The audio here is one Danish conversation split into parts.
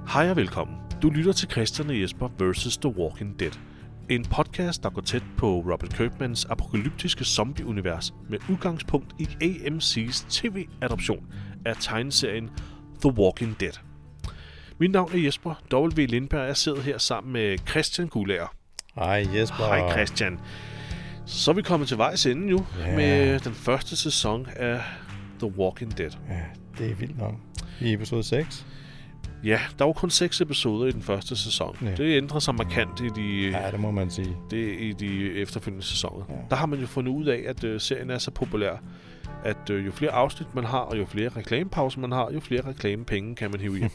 Hej og velkommen. Du lytter til Christian og Jesper vs. The Walking Dead. En podcast, der går tæt på Robert Kirkmans apokalyptiske zombie-univers med udgangspunkt i AMC's tv-adoption af tegneserien The Walking Dead. Mit navn er Jesper W. Lindberg, og jeg sidder her sammen med Christian Gulager. Hej Jesper. Hej Christian. Så er vi kommet til vejs ende jo med den første sæson af The Walking Dead. Ja, det er vildt nok. I episode 6. Ja, der var kun 6 episoder i den første sæson. Ja. Det ændrer sig markant i det må man sige. I de efterfølgende sæsoner. Ja. Der har man jo fundet ud af, at serien er så populær, at jo flere afsnit man har, og jo flere reklamepauser man har, jo flere reklamepenge kan man hive hjem.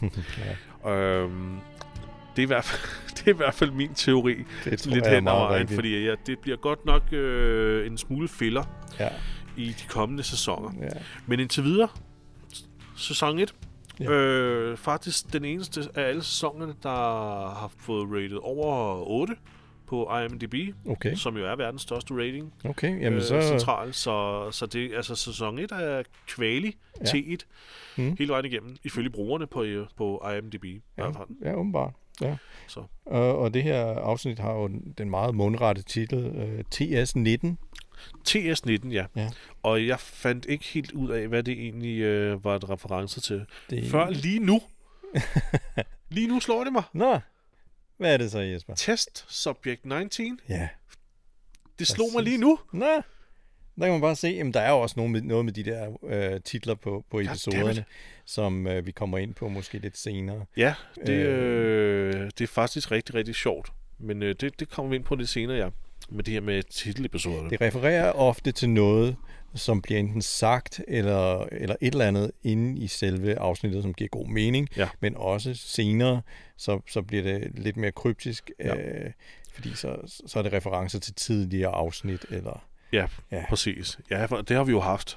Det er i hvert fald min teori. Det lidt hen over vejen, fordi det bliver godt nok en smule filler i de kommende sæsoner. Ja. Men indtil videre, sæson 1, faktisk den eneste af alle sæsonerne, der har fået rated over 8 på IMDb, som jo er verdens største rating. Okay, jamen så central, så det altså sæson 1 er kvali T1 hele vejen igennem, ifølge brugerne på IMDb. Ja, åbenbart. Ja. Så. Og det her afsnit har jo den meget mundrette titel TS19. TS19, ja. Og jeg fandt ikke helt ud af, hvad det egentlig var et reference til. Før lige nu. Lige nu slår det mig. Nå, hvad er det så, Jesper? Test Subject 19. Ja. Det slog mig lige nu. Nå, der kan man bare se, at der er jo også noget med de der titler på episoderne, som vi kommer ind på måske lidt senere. Ja, det er faktisk rigtig, rigtig sjovt. Men det kommer vi ind på lidt senere, ja. Med det her med titelepisoderne. Det refererer ofte til noget, som bliver enten sagt eller et eller andet inde i selve afsnittet, som giver god mening, men også senere, så bliver det lidt mere kryptisk, fordi så er det referencer til tidligere afsnit. Eller Ja, præcis. Ja, det har vi jo haft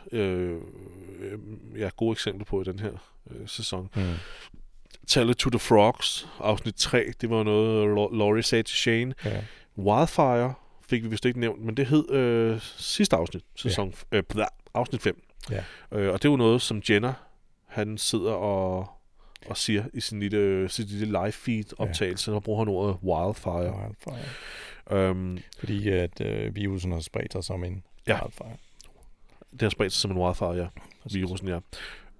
gode eksempler på i den her sæson. Tell it to the Frogs, afsnit 3, det var noget, Laurie sagde til Shane. Ja. Wildfire fik vi vist ikke nævnt, men det hed sidste afsnit, afsnit 5. Ja. Og det var noget, som Jenner, han sidder og siger i sit lille live feed optagelse, så bruger han ordet Wildfire. Fordi at virusen har spredt sig som en wildfire. Det har spredt sig som en wildfire, ja. Virusen, ja.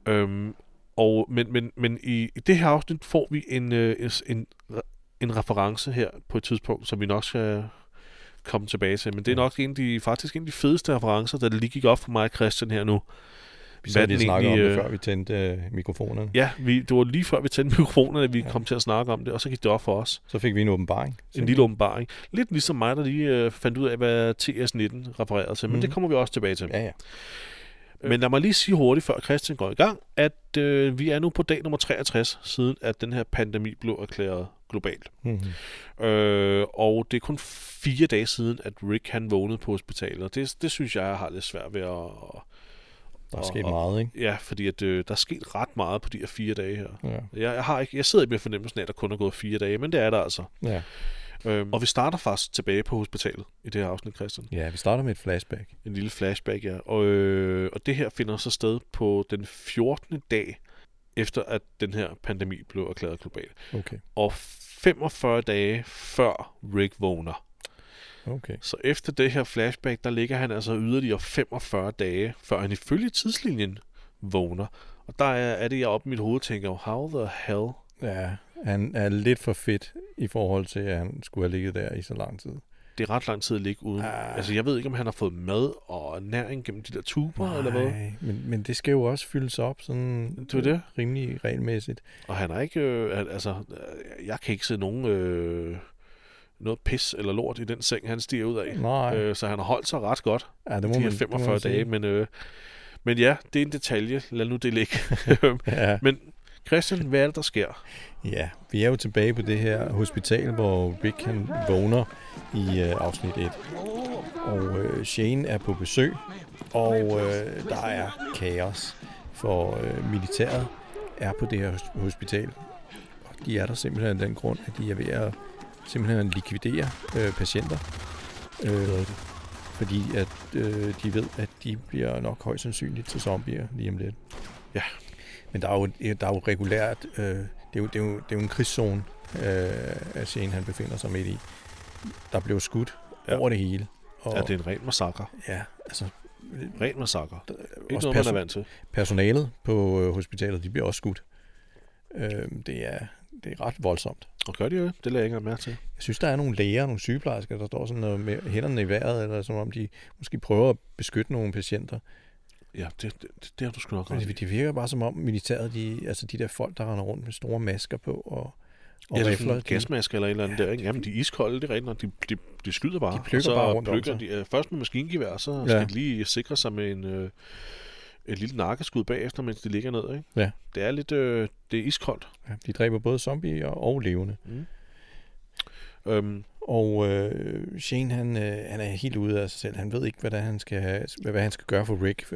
Men i det her afsnit får vi en reference her på et tidspunkt, som vi nok skal komme tilbage til. Men det er nok faktisk en af de fedeste referencer, der lige gik op for mig og Christian her nu. Vi sad lige snakke om det, før vi tændte mikrofonerne. Ja, det var lige før vi tændte mikrofonerne, at vi kom til at snakke om det, og så gik det op for os. Så fik vi en åbenbaring. En lille åbenbaring. Lidt ligesom mig, der lige fandt ud af, hvad TS19 refererede til, men det kommer vi også tilbage til. Ja. Men lad mig lige sige hurtigt, før Christian går i gang, at vi er nu på dag nummer 63, siden at den her pandemi blev erklæret globalt. Og det er kun 4 dage siden, at Rick han vågnede på hospitalet, og det synes jeg har lidt svært ved at... Der er sket meget, ikke? Ja, fordi at, der er sket ret meget på de her 4 dage her. Ja. Jeg sidder ikke med fornemmelsen af, at der kun er gået 4 dage, men det er der altså. Ja. Og vi starter faktisk tilbage på hospitalet i det her afsnit, Christian. Ja, vi starter med et flashback. En lille flashback, ja. Og det her finder så sted på den 14. dag, efter at den her pandemi blev erklæret global. Okay. Og 45 dage før Rick vågner. Okay. Så efter det her flashback, der ligger han altså yderligere 45 dage, før han ifølge tidslinjen vågner. Og der er det, jeg op i mit hoved tænker, how the hell? Ja, han er lidt for fedt i forhold til, at han skulle have ligget der i så lang tid. Det er ret lang tid at ligge uden. Altså, jeg ved ikke, om han har fået mad og ernæring gennem de der tuber, eller hvad? Nej, men det skal jo også fyldes op sådan det rimelig regelmæssigt. Og han er ikke, jeg kan ikke se nogen... noget pis eller lort i den seng, han stiger ud af. Så han har holdt sig ret godt de her 45 dage. Men ja, det er en detalje. Lad nu det ligge. Men Christian, hvad er det, der sker? Ja, vi er jo tilbage på det her hospital, hvor Rick han vågner i afsnit 1. Og Shane er på besøg, og der er kaos, for militæret er på det her hospital. Og de er der simpelthen af den grund, at de er ved at simpelthen likvidere patienter. Fordi at de ved, at de bliver nok højst sandsynligt til zombier lige om lidt. Ja. Men der er jo regulært det er jo en krigszone, at Shane han befinder sig midt i. Der blev skudt over det hele. Og, det er en ren massakre. Ja, altså... Ren massakre. Ikke noget, man er vant til. Personalet på hospitalet, de bliver også skudt. Det er ret voldsomt. Og gør de jo det? Det lader jeg ikke mærke til. Jeg synes, der er nogle læger, nogle sygeplejersker, der står sådan noget med hænderne i vejret, eller som om de måske prøver at beskytte nogle patienter. Ja, det har du sgu nok ret i. Det virker bare som om militæret, de der folk, der render rundt med store masker på og rifler. Gasmasker eller et eller andet der. Ikke? Jamen, de er iskolde, det er rent, og de skyder bare. De plukker bare rundt om sig. Først med maskingevær, så skal de lige sikre sig med et lille nakkeskud bagefter, mens de ligger ned. Ikke? Ja. Det er lidt det er iskoldt. Ja, de dræber både zombier og levende. Og Shane, han er helt ude af sig selv. Han ved ikke, hvad han skal gøre for Rick.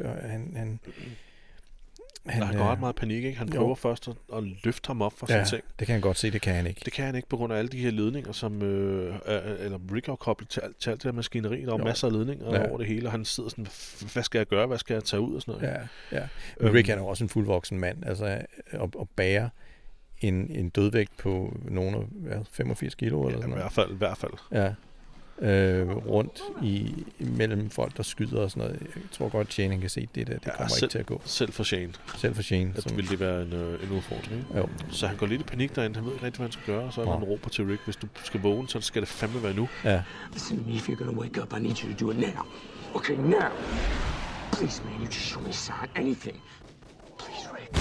Han går ret meget panik, ikke? Han prøver først at løfte ham op fra sin seng. Det kan han godt se, det kan han ikke. Det kan han ikke på grund af alle de her ledninger, som eller Rick er koblet til alt det her maskineri. Der er masser af ledninger over det hele, og han sidder sådan, hvad skal jeg gøre? Hvad skal jeg tage ud? Og sådan noget. Ja. Men Rick er jo også en fuldvoksen mand, altså at bære en dødvægt på nogen af 85 kilo eller sådan noget. I hvert fald. Ja. Rundt mellem folk, der skyder og sådan noget. Jeg tror godt, Shane kan se det der. Det kommer ikke til at gå. Selv for Shane. Så vil det være en udfordring. Jo. Så han går lidt i panik derinde. Han ved ikke rigtig, hvad han skal gøre. Og så er der en råber til Rick, hvis du skal vågne, så skal det fandme være nu. Ja. Listen to me, if you're gonna wake up, I need you to do it now. Okay, now. Please, man, you just show me a sign. Anything. Please, Rick.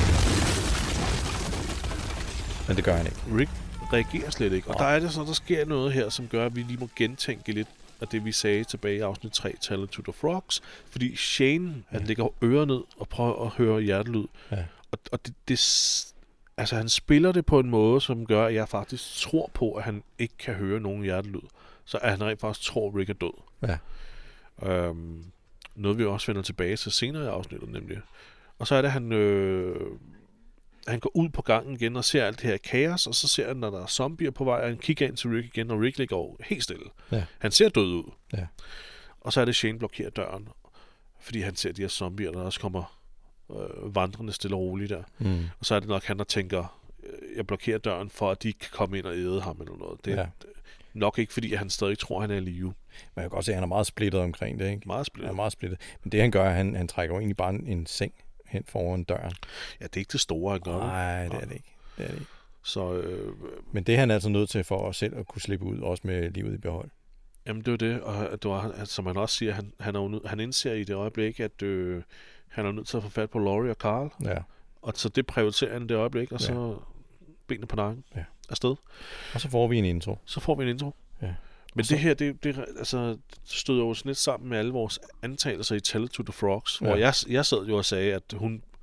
Men det gør han ikke. Rick reagerer slet ikke. Og der er det så, der sker noget her, som gør, at vi lige må gentænke lidt af det, vi sagde tilbage i afsnit 3, Tallet to the Frogs. Fordi Shane, han lægger ører ned og prøver at høre hjertelyd. Ja. Og altså, han spiller det på en måde, som gør, at jeg faktisk tror på, at han ikke kan høre nogen hjertelyd. Så at han rent faktisk tror, at Rick er død. Ja. Noget, vi også vender tilbage til senere i afsnittet, nemlig. Og så er det, han går ud på gangen igen og ser alt det her kaos, og så ser han, når der er zombier på vej, og han kigger ind til Rick igen, og Rick ligger over helt stille. Ja. Han ser død ud. Ja. Og så er det, Shane blokerer døren, fordi han ser de her zombier, der også kommer vandrende stille og roligt der. Og så er det nok han, der tænker, jeg blokerer døren, for at de ikke kan komme ind og æde ham eller noget. Det er nok ikke, fordi han stadig tror, han er i live. Men jeg kan godt se, at han er meget splittet omkring det, ikke? Meget splittet. Han er meget splittet. Men det han gør, han trækker jo egentlig bare en seng hen foran døren. Ja, det er ikke det store, han gør. Nej, det er det ikke. Så, men det er han altså nødt til for os selv at kunne slippe ud, også med livet i behold. Jamen, det er det. Og som han også siger, han indser i det øjeblik, at han er nødt til at få fat på Laurie og Carl. Ja. Og så det prioriterer han det øjeblik, og så benene på nakken afsted. Og så får vi en intro. Ja. Men det her, det altså, støder jo sådan lidt sammen med alle vores antagelser i Tallet to the Frogs, hvor jeg sad jo og sagde, at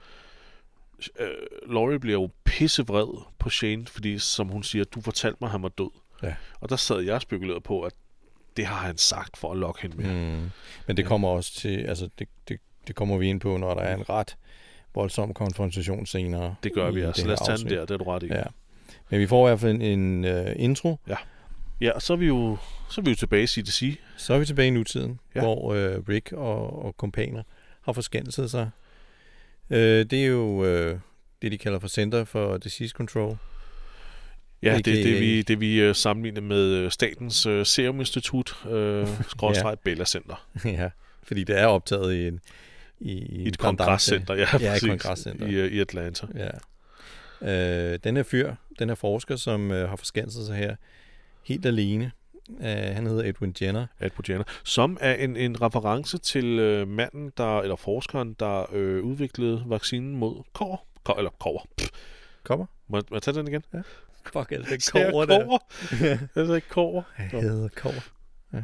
Laurie bliver jo pissevred på Shane, fordi som hun siger, du fortalte mig, at han var død. Ja. Og der sad jeg og spekulerede på, at det har han sagt for at lokke hende med. Men det kommer også til, altså det kommer vi ind på, når der er en ret voldsom konfrontation senere. Det gør vi, altså. Lad os tage den der, det er du ret i. Ja. Men vi får i hvert fald en intro. Ja, og så er vi jo tilbage i CDC. Så er vi tilbage i nutiden, hvor Rick og kompaner har forskanset sig. Det er jo det, de kalder for Center for Disease Control. Ja, det vi sammenligner med Statens Serum Institut, Bella Center. Ja, fordi det er optaget i et kongresscenter, et kongresscenter i Atlanta. Ja. Den her forsker, som har forskanset sig her, helt alene. Han hedder Edwin Jenner. Som er en reference til manden, eller forskeren, der udviklede vaccinen mod kobber. Må jeg tage den igen? Ja. Fuck, er det ikke kobber der? Det er ikke kobber. Jeg hedder kobber. Ja.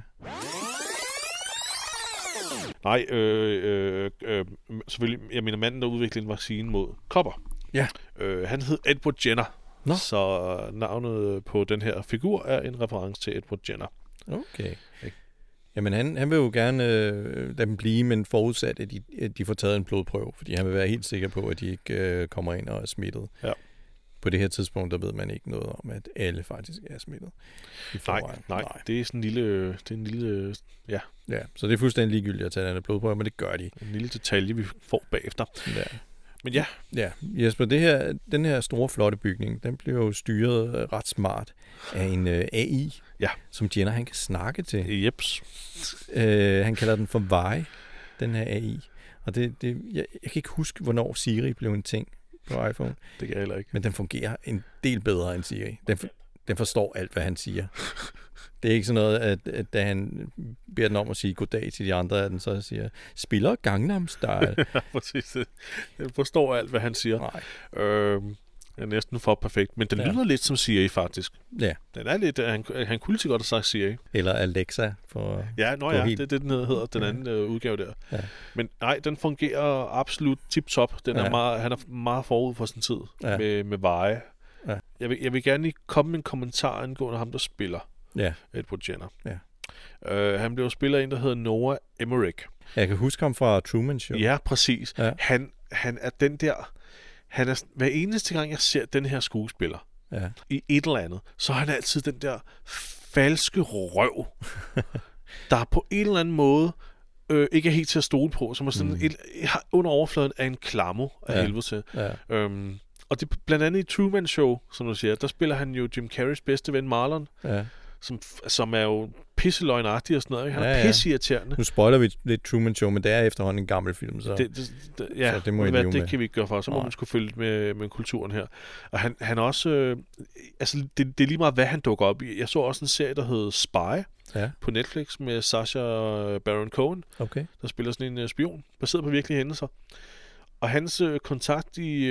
Nej, selvfølgelig, jeg mener manden, der udviklede en vaccine mod kobber. Ja. Han hed Edward Jenner. Nå. Så navnet på den her figur er en reference til Edward Jenner. Okay. Jamen, han vil jo gerne lade dem blive, men forudsat, at de får taget en blodprøve, fordi han vil være helt sikker på, at de ikke kommer ind og er smittet. Ja. På det her tidspunkt, der ved man ikke noget om, at alle faktisk er smittet. Nej. Det er sådan en lille, ja. Ja, så det er fuldstændig ligegyldigt at tage den blodprøve, men det gør de. En lille detalje, vi får bagefter. Ja. Men ja. Ja, Jesper, den her store, flotte bygning, den bliver jo styret ret smart af en AI, som Jenner, han kan snakke til. Jeps. Han kalder den for Vi, den her AI. Og jeg kan ikke huske, hvornår Siri blev en ting på iPhone. Det kan jeg heller ikke. Men den fungerer en del bedre end Siri. Den forstår alt, hvad han siger. Det er ikke sådan noget, at da han beder den om at sige goddag til de andre, at den så siger, spiller Gangnam Style. Ja, præcis. Den forstår alt, hvad han siger. Nej. Er næsten for perfekt. Men den lyder lidt som Siri, faktisk. Ja. Den er lidt... Han kunne lige godt have sagt Siri. Eller Alexa. Det er det, den hedder. Den anden udgave der. Ja. Men nej, den fungerer absolut tip-top. Han er meget forud for sin tid med veje. Ja. Jeg vil gerne lige komme med en kommentar angående ham, der spiller Edward Jenner. Ja. Han blev spiller en, der hedder Noah Emmerich. Jeg kan huske ham fra Truman Show. Ja, præcis. Ja. Han er den der... hver eneste gang, jeg ser den her skuespiller i et eller andet, så er han altid den der falske røv, der på en eller anden måde ikke er helt til at stole på, som er sådan under overfladen af en klammer af helvede til. Ja. Og det blandt andet i Truman Show, som du siger, der spiller han jo Jim Carreys bedste ven Marlon, som er jo pisseløgnagtig og sådan noget. Ikke? Han er pisseirriterende. Nu spoiler vi lidt Truman Show, men det er efterhånden en gammel film, så det må det kan vi ikke gøre for. Så må man skulle følge med kulturen her. Og han også... det er lige meget, hvad han dukker op i. Jeg så også en serie, der hed Spy på Netflix med Sacha Baron Cohen, der spiller sådan en spion, baseret på virkelige hændelser. Og hans kontakt i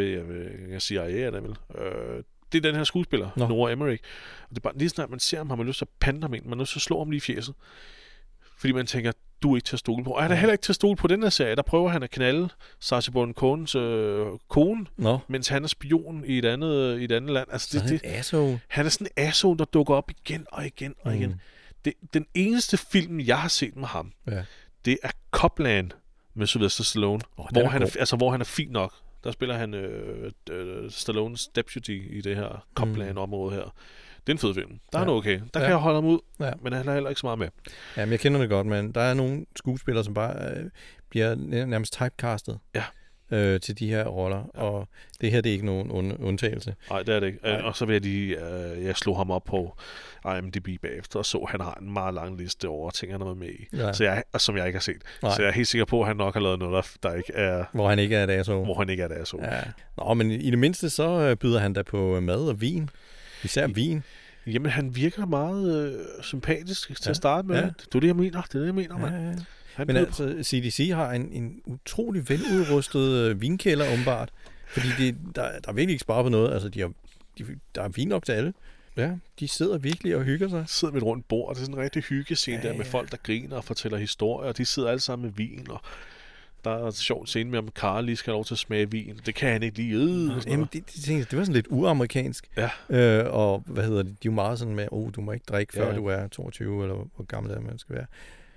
CIA er det vel... det er den her skuespiller, Noah Emmerich. Og det er bare lige snart, man ser ham, har man lyst til at pande ham ind. Man har lyst til at slå ham lige i fjeset. Fordi man tænker, du er ikke til at stole på. Og han er heller ikke til at stole på den her serie. Der prøver han at knalde Sacha Baron Cohens kone, mens han er spion i et andet land. Altså, han er sådan en asshole, der dukker op igen og igen og igen. Den eneste film, jeg har set med ham, det er Copland med Sylvester Stallone, hvor han er fin nok. Der spiller han Stallones deputy i det her Copland-område her. Det er en fed film. Der er noget okay. Der kan jeg holde ham ud, men han er heller ikke så meget med. Ja, men jeg kender det godt, men der er nogle skuespillere, som bare bliver nærmest typecastet til de her roller, og det her det er ikke nogen undtagelse. Nej, det er det ikke. Og så vil jeg slog ham op på IMDb bagefter, og så han har en meget lang liste over ting, han har været med i, som jeg ikke har set. Nej. Så jeg er helt sikker på, at han nok har lavet noget, der ikke er... Hvor han ikke er et asshole. Hvor han ikke er et asshole. Ja. Nå, men i det mindste, så byder han da på mad og vin. Især vin. Jamen, han virker meget sympatisk til at starte med. Ja. Det er det, jeg mener. Mand. Men altså, CDC har en utrolig veludrustet vinkælder, åbenbart. Fordi der er virkelig ikke sparet på noget. Altså, der er vin nok til alle. Ja, de sidder virkelig og hygger sig. Sidder ved et rundt bord, og det er sådan en rigtig hyggescene der med folk, der griner og fortæller historier, og de sidder alle sammen med vin, og der er en sjov scene med, om Carl lige skal have lov til at smage vin. Det kan han ikke lide. Jamen, det var sådan lidt uamerikansk. Ja. Og hvad hedder det? De er jo meget sådan med, du må ikke drikke, før du er 22, eller hvor gammel man skal være.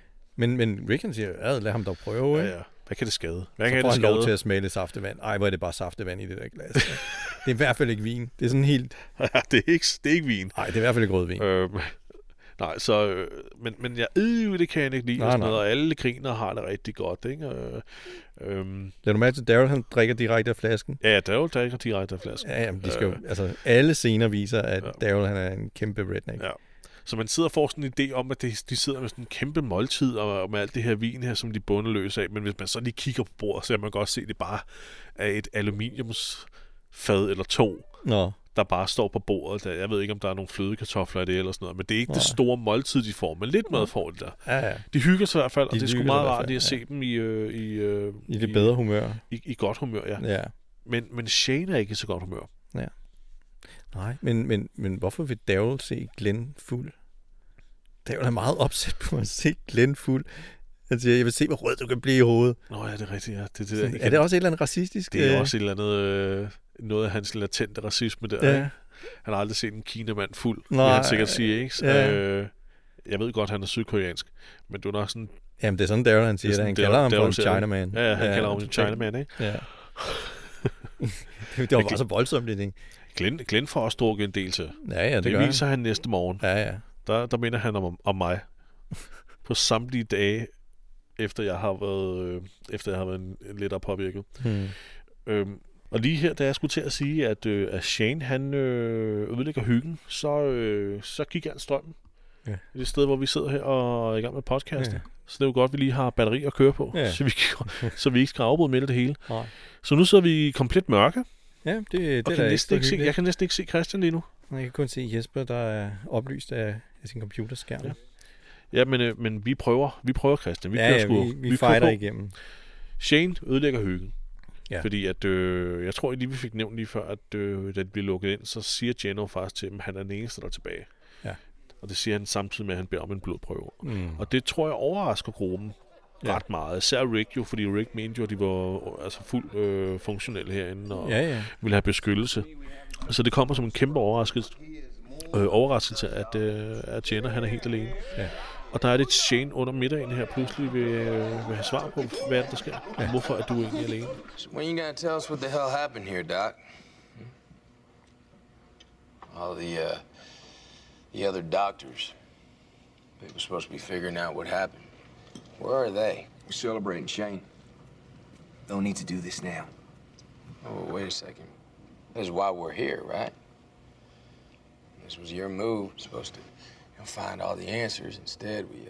Men Rick siger, lad ham dog prøve, ikke? Ja. Hvad kan det skade? Så får han lov til at smage lidt saftevand. Ej, hvor er det bare saftevand i det der glas. Det er i hvert fald ikke vin. Det er sådan helt... det er ikke vin. Nej, det er i hvert fald ikke rødvin. Nej, så... Men det kan jeg ikke lide. Og alle griner og har det rigtig godt, ikke? Lad du mærke til, Daryl, han drikker direkte af flasken? Ja, Daryl drikker direkte af flasken. Ja, de skal jo... Altså, alle scener viser, at Daryl, han er en kæmpe redneck. Ja. Så man sidder og får sådan en idé om, at de sidder med sådan en kæmpe måltid og med alt det her vin her, som de bundeløse af. Men hvis man så lige kigger på bordet, så kan man godt se, at det bare er et aluminiumsfad eller to, der bare står på bordet. Jeg ved ikke, om der er nogle flødekartofler i det eller sådan noget, men det er ikke det store måltid, de får, men lidt mad får de der. Ja. De hygger sig i hvert fald, og det er sgu meget rart at se dem i det bedre humør. I godt humør, ja. Men Shane er ikke i så godt humør. Ja. Nej, men hvorfor vil Daryl se Glenn fuld? Daryl er meget opsat på at se Glenn fuld. Altså, jeg vil se, hvor rød du kan blive i hovedet. Nå ja, det er rigtigt, ja. Er det også et eller andet racistisk? Det er også et eller andet... noget af hans latente racisme der. Ja. Han har aldrig set en kinamand fuld, vil han sikkert sige, ikke? Ja. Jeg ved godt, han er sydkoreansk, men du er nok sådan... Jamen, det er sådan, Daryl, han siger det. Han kalder ham for en Chinaman. Ja, han kalder ham en Chinaman, ikke? Ja. det var bare så voldsomt, det ting. Glenn får også drukket en del til. Ja, det viser han næste morgen. Ja. Der minder han om mig. På samtlige dage, efter jeg har været lidt påvirket. Og lige her, da jeg skulle til at sige, at Shane, han ødelægger hyggen, så gik alt strømmen. Ja. I det sted, hvor vi sidder her og er i gang med podcastet. Ja. Så det er jo godt, at vi lige har batteri at køre på, så vi ikke skal afbryde med det hele. Nej. Så nu sidder vi i komplet mørke. Ja, det er jeg kan næsten ikke se Christian lige nu. Jeg kan kun se Jesper, der er oplyst af sin computerskærm. Ja, men vi prøver Christian. Vi fighter igennem. Shane ødelægger hyggen. Ja. Fordi at, jeg tror lige, vi fik nævnt lige før, at da det bliver lukket ind, så siger Jenna faktisk til dem, at han er den eneste, der er tilbage. Ja. Og det siger han samtidig med, at han beder om en blodprøve. Og det tror jeg overrasker gruppen ret meget. Især Rick jo, fordi Rick mente jo, at de var fuldt funktionelle herinde og ville have beskyttelse. Så det kommer som en kæmpe overraskelse, at Jenna han er helt alene. Ja. Og der er det Shane under middagen her pludselig vil have svar på, hvad der sker. Ja. Hvorfor er du egentlig alene? So when you gonna tell us what the hell happened here, Doc? All the other doctors, they were supposed to be figuring out what happened. Where are they? We're celebrating Shane. No need to do this now. Oh, wait a second. This is why we're here, right? This was your move. Supposed to find all the answers. Instead, we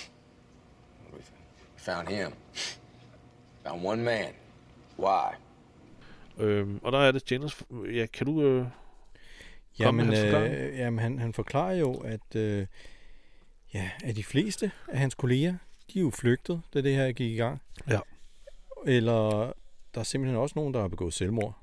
found him. Found one man. Why? Og der er det Jenners. Ja, kan du jamen han forklarer jo, at at de fleste af hans kolleger, de er jo flygtet, da det her gik i gang. Ja. Eller der er simpelthen også nogen, der har begået selvmord.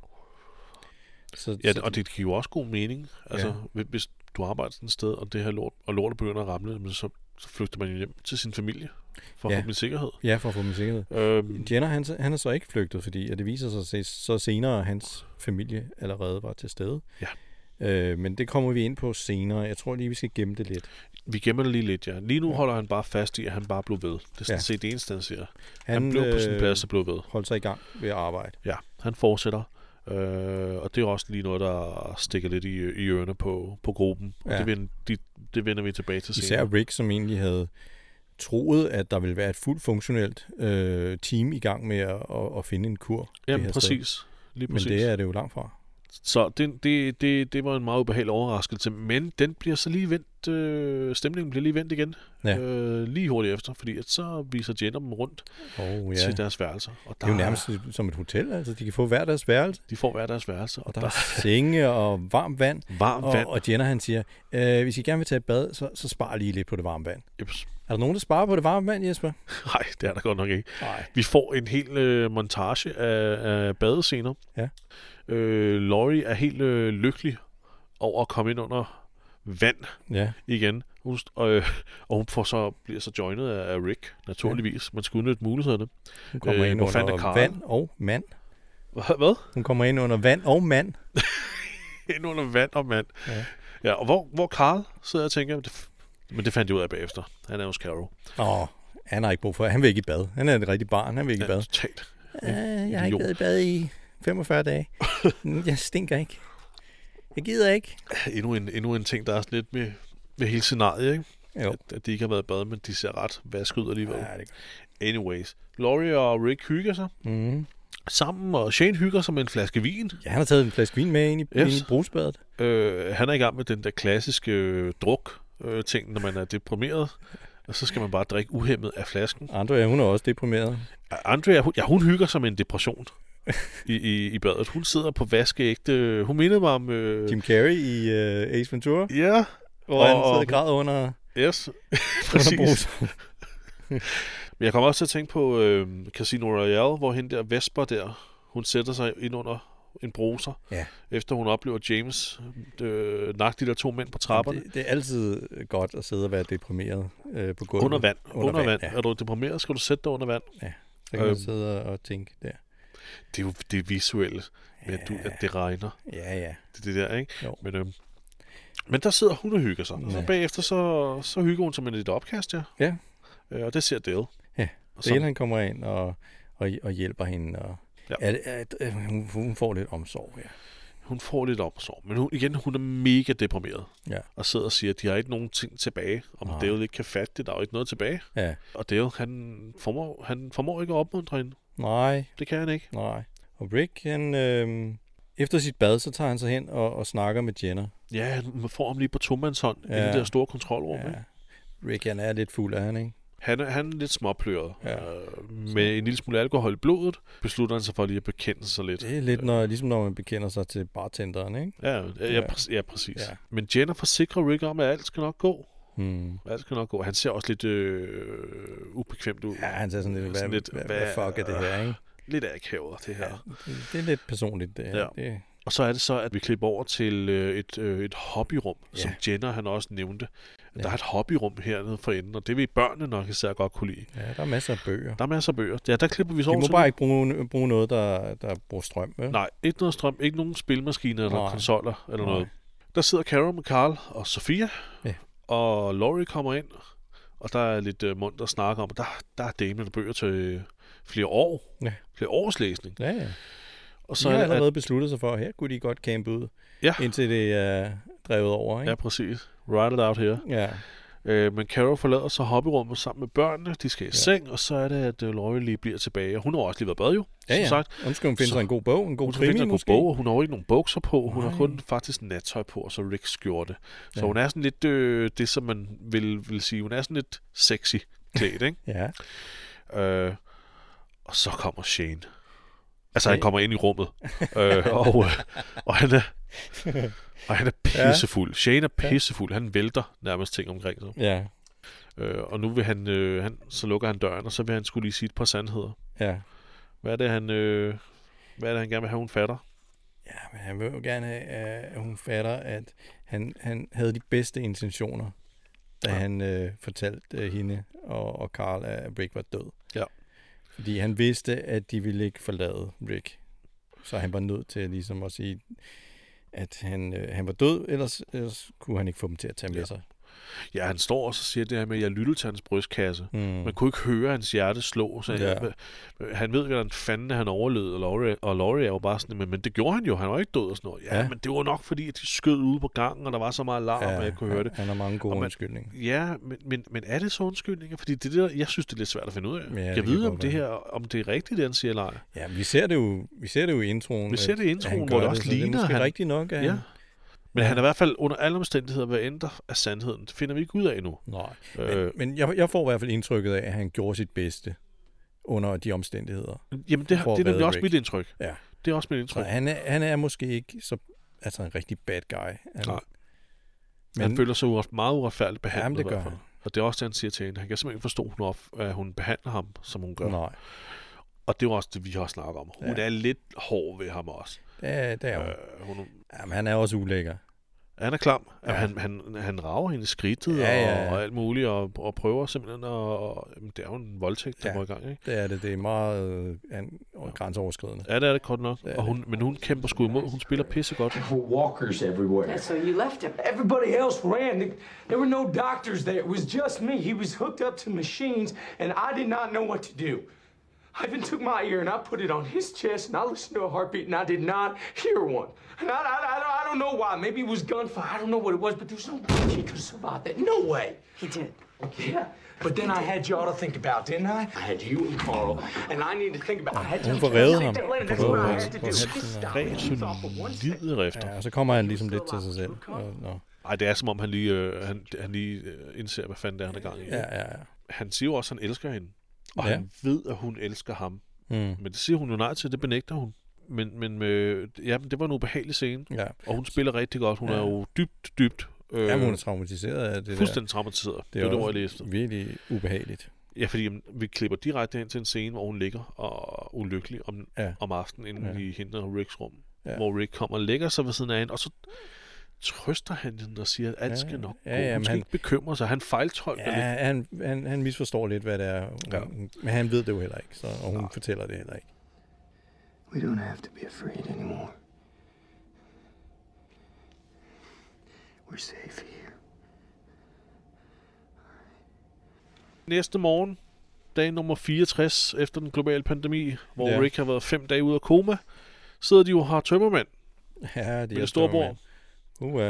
Og det giver jo også god mening. Altså, hvis du arbejder sådan et sted, og det her lortet begynder at ramle, så flygter man jo hjem til sin familie for at få dem i sikkerhed. Ja, for at få dem i sikkerhed. Jenner, han er så ikke flygtet, fordi at det viser sig så senere, at hans familie allerede var til stede. Ja. Men det kommer vi ind på senere. Jeg tror lige, vi skal gemme det lidt. Vi gemmer det lige lidt, ja. Lige nu holder han bare fast i, at han bare blev ved. Det er sådan set det eneste, han siger. Han blev på sin plads og blev ved. Holdt sig i gang ved at arbejde. Ja, han fortsætter. Og det er også lige noget, der stikker lidt i ørerne på gruppen. Og det vender vi tilbage til senere. Især Rick, som egentlig havde troet, at der ville være et fuldt funktionelt team i gang med at finde en kur. Jamen præcis. Lige præcis. Men det er det jo langt fra. Så det var en meget ubehagelig overraskelse, men den bliver så lige vendt, stemningen bliver lige vendt igen, lige hurtigt efter, fordi at så viser Jenner dem rundt til deres værelser. Og det er jo nærmest som et hotel, altså de kan få hver deres værelse. De får hver deres værelse. Og der er senge og varmt vand. Og Jenner han siger, hvis I gerne vil tage et bad, så spar lige lidt på det varme vand. Jeps. Er der nogen, der sparer på det varme vand, Jesper? Nej, det er der godt nok ikke. Vi får en hel montage af badescener. Ja. Laurie er helt lykkelig over at komme ind under vand igen. Og hun bliver så joinet af Rick, naturligvis. Man skal udnytte mulighederne. Hun kommer ind under vand og mand. Hvad? Hun kommer ind under vand og mand. Ind under vand og mand. Ja, og hvor Carl sidder og tænker, men det fandt jeg ud af bagefter. Han er jo Carol. Han har ikke brug for. Han vil ikke i bad. Han er et rigtigt barn. Han vil ikke i bad. Totalt. Jeg har ikke været i bad i 45 dage. Jeg stinker ikke. Jeg gider ikke. Endnu en ting, der er lidt med hele scenariet, ikke? Jo. At de ikke har været i bad, men de ser ret vasket ud alligevel. Ja, det anyways. Laurie og Rick hygger sig sammen, og Shane hygger sig med en flaske vin. Ja, han har taget en flaske vin med ind i brugsbadet. Han er i gang med den der klassiske druk-ting, når man er deprimeret. Og så skal man bare drikke uhæmmet af flasken. Andrea, hun er også deprimeret. Andrea, hun hygger sig med en depression i badet. Hun sidder på vaskeægte. Hun minder mig om Jim Carrey i Ace Ventura. Ja. Hvor han sidder og græder under. Yes, præcis. Men jeg kommer også til at tænke på Casino Royale, hvor hende der Vesper der, hun sætter sig ind under en bruser, efter hun oplever James nakke de der 2 mænd på trapperne. Det er altid godt at sidde og være deprimeret på gulvet. Under vand. Ja. Er du deprimeret, skal du sætte dig under vand. Ja, så kan man sidde og tænke der. Det er jo det visuelle med, at det regner. Ja. Det er det der, ikke? Jo. Men der sidder hun og hygger sig. Ja. Så bagefter så hygger hun sig med et opkast, ja. Og det ser Dale. Ja, Dale han kommer ind og hjælper hende. Og hun får lidt omsorg, Hun får lidt omsorg, men hun er mega deprimeret. Ja. Og sidder og siger, at de har ikke nogen ting tilbage. Om Dale ikke kan fatte det, der er jo ikke noget tilbage. Ja. Og Dale, han formår ikke at opmuntre hende. Nej. Det kan han ikke. Nej. Og Rick, han, efter sit bad, så tager han sig hen og snakker med Jenna. Ja, man får ham lige på tomandshånd i det der store kontrolrum. Ja. Rick, han er lidt fuld af han, ikke? Han er lidt småpløret. Ja. Med en lille smule alkohol i blodet, beslutter han sig for lige at bekende sig lidt. Det er lidt ligesom når man bekender sig til bartenderen, ikke? Ja, præcis. Ja. Men Jenna forsikrer Rick om, at alt skal nok gå. Alt skal nok gå. Han ser også lidt ubekvemt ud. Ja, han ser sådan lidt, hvad fuck er det her, ikke? Lidt akavet, det her. Ja, det er lidt personligt, det her. Ja. Og så er det så, at vi klipper over til et hobbyrum, som Jenna han også nævnte. Der er et hobbyrum hernede for enden, og det vil børnene nok især godt kunne lide. Ja, der er masser af bøger. Ja, der klipper vi så over. De må bare ikke bruge noget, der bruger strøm, vel? Nej, ikke noget strøm, ikke nogen spilmaskiner eller konsoller eller noget. Der sidder Carol med Carl og Sofia, og Laurie kommer ind, og der er lidt mundt at snakke om, der er damerne bøger til flere år. Ja. Flere års læsning. Ja. Og så de har allerede besluttet sig for, at her kunne de godt campe ud, indtil det er drevet over, ikke? Ja, præcis. Ride it out here. Ja. Men Carol forlader så hobbyrummet sammen med børnene. De skal i seng, og så er det, at Laurie lige bliver tilbage. Og hun har også lige været bad jo, som sagt. Hun skal finde sig en god bog, en god krimi måske. Bog, og hun har jo ikke nogen bukser på. Hun har kun faktisk nattøj på, og så Ricks skjorte. Så hun er sådan lidt det, som man vil sige. Hun er sådan lidt sexy klædt, ikke? Ja. Og så kommer Shane. Altså, han kommer ind i rummet. Og han er pissefuld. Shane er pissefuld. Han vælter nærmest ting omkring sig. Ja. Og nu vil han så lukker han døren, og så vil han skulle lige sige et par sandheder. Ja. Hvad er det, han gerne vil have, hun fatter? Ja, men han vil jo gerne have, at hun fatter, at han havde de bedste intentioner, da han fortalte hende og Carl, at Rick var død. Ja. Fordi han vidste, at de ville ikke forlade Rick. Så han var nødt til ligesom at sige, at han var død, ellers kunne han ikke få dem til at tage med sig. Ja, han står også og siger det her med, at jeg lyttede til hans brystkasse. Man kunne ikke høre hans hjerte slå. Så han ved, hvordan fanden han overlevede, og Laurie er jo bare sådan, men det gjorde han jo. Han var ikke død og sådan noget. Ja, men det var nok fordi, at de skød ude på gangen, og der var så meget larm, at jeg kunne høre det. Han har mange gode undskyldninger. Ja, men er det så undskyldninger? Fordi det der, jeg synes, det er lidt svært at finde ud af. Ja, jeg ved, om det er rigtigt, det han siger, eller ej. Ja, vi ser det jo i introen. Vi ser det i introen, hvor det også ligner. Det er måske rigtigt nok, at han... Men han er i hvert fald under alle omstændigheder ved at ændre af sandheden. Det finder vi ikke ud af endnu. Nej, men jeg får i hvert fald indtrykket af, at han gjorde sit bedste under de omstændigheder. Jamen, det er nemlig også mit indtryk. Ja. Det er også mit indtryk. Så han er måske ikke så en rigtig bad guy. Nej. Men han føler sig meget uretfærdigt behandlet. Jamen, det gør han. Og det er også det, han siger til hende. Han kan simpelthen ikke forstå, at hun behandler ham, som hun gør. Nej. Og det er også det, vi har snakket om. Hun er lidt hård ved ham også. Det er hun. Jamen, han er også ulækker. Han er klam. Ja. Han rager hende i skridtet og alt muligt, og prøver simpelthen det er jo en voldtægt, der går i gang, ikke? Det er det. Det er meget grænseoverskridende. Ja, det er det godt nok. Men hun kæmper sgu imod. Hun spiller pissegodt. There were walkers everywhere. So you left him. Everybody else ran. There were no doctors there. It was just me. He was hooked up to machines, and I did not know what to do. I even took my ear and I put it on his chest and I listened to a heartbeat and I did not hear one. And I don't know why. Maybe it was gunfire. I don't know what it was, but there's no way he could survive that. No way. He did. Yeah. But then I had y'all to think about, didn't I? I had you and Carl, and I need to think about. Hun får revet ham. Lider efter. Ja, og så kommer han ligesom lidt til sig selv. Ej, det er som om han lige indser, hvad fanden det er, han er gang i. Ja. Han siger jo også, at han elsker hende. Og han ved, at hun elsker ham. Men det siger hun jo nej til, det benægter hun. Men det var en ubehagelig scene. Ja. Og hun spiller rigtig godt. Hun er jo dybt... hun er traumatiseret af det. Fuldstændig traumatiseret. Det er også virkelig ubehageligt. Ja, fordi vi klipper direkte hen til en scene, hvor hun ligger og ulykkelig om aftenen, inden vi henter Ricks rum. Ja. Hvor Rick kommer og lægger sig ved siden af hende, og så trøster han hende og siger, at alt skal nok gå. Hun skal ikke bekymre sig. Han fejltolker lidt. Han misforstår lidt, hvad det er. Men han ved det jo heller ikke, og hun fortæller det heller ikke. We don't have to be afraid anymore. We're safe here. Næste morgen, dag nummer 64 efter den globale pandemi, hvor Rick har været 5 dage ude af koma, sidder de jo og har tømmermænd. Ja, de er storebror.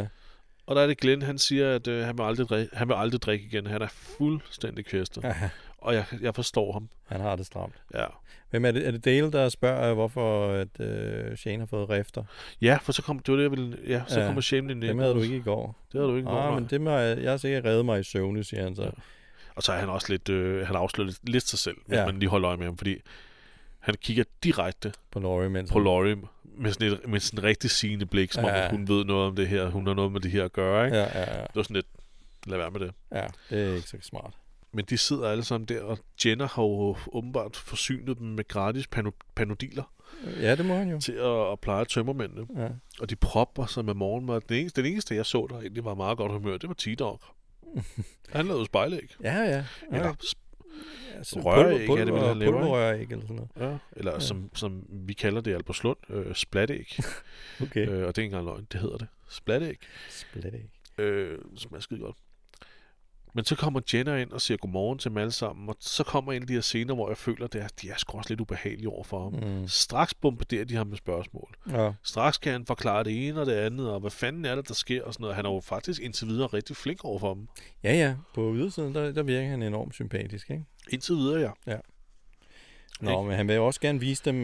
Og der er det Glenn, han siger, at han vil aldrig drikke igen. Han er fuldstændig kvæstet. Og jeg forstår ham. Han har det stramt. Ja. Hvem er det? Er det Dale, der spørger, hvorfor at, Shane har fået rifter? Ja, for så kom det var det, jeg ville... Ja, så kommer Shane ind. Dem havde du ikke i går. Det havde du ikke i går. Men det må jeg har sikkert reddet mig i søvne, siger han så. Ja. Og så er han også lidt... han afslører lidt sig selv, hvis man lige holder øje med ham, fordi han kigger direkte på Laurie, med sådan et rigtig sigende blik, som om hun ved noget om det her, hun har noget med det her at gøre, ikke? Ja. Det var sådan lidt, lad være med det. Ja, det er ikke så smart. Men de sidder alle sammen der, og Jenner har jo åbenbart forsynet dem med gratis panodiler. Ja, det må han jo. Til at pleje tømmermændene. Ja. Og de propper sig med morgenmad. Den eneste, jeg så, der egentlig var meget godt humør, det var T-Dog. Han lavede spejlæg. Ja. Eller røræg, er det vel, han laver? Pulverrøræg eller sådan noget. Ja, eller som vi kalder det i Albertslund, splatæg. Okay. Og det er ikke engang løgn, det hedder det. Splatæg. Splatæg. Smager skide godt. Men så kommer Jenner ind og siger godmorgen til dem alle sammen, og så kommer en af de her scener, hvor jeg føler, at de er sgu også lidt ubehagelige over for ham. Straks bombarderer de ham med spørgsmål. Ja. Straks kan han forklare det ene og det andet, og hvad fanden er det, der sker, og sådan noget. Han er jo faktisk indtil videre rigtig flink over for dem. Ja. På ydersiden, der virker han enormt sympatisk, ikke? Indtil videre, ja. Nå, men han vil jo også gerne vise dem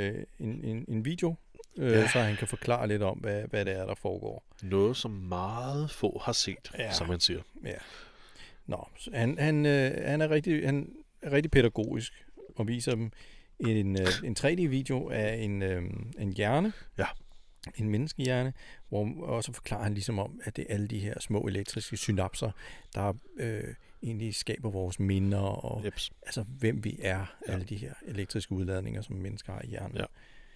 en video, så han kan forklare lidt om, hvad det er, der foregår. Noget, som meget få har set, som man siger. Ja. Nå, han er rigtig pædagogisk og viser dem en 3D-video af en hjerne, en menneskehjerne, hvor også forklarer han ligesom om, at det er alle de her små elektriske synapser, der egentlig skaber vores minder og altså hvem vi er, alle de her elektriske udladninger, som mennesker har i hjernen. Ja.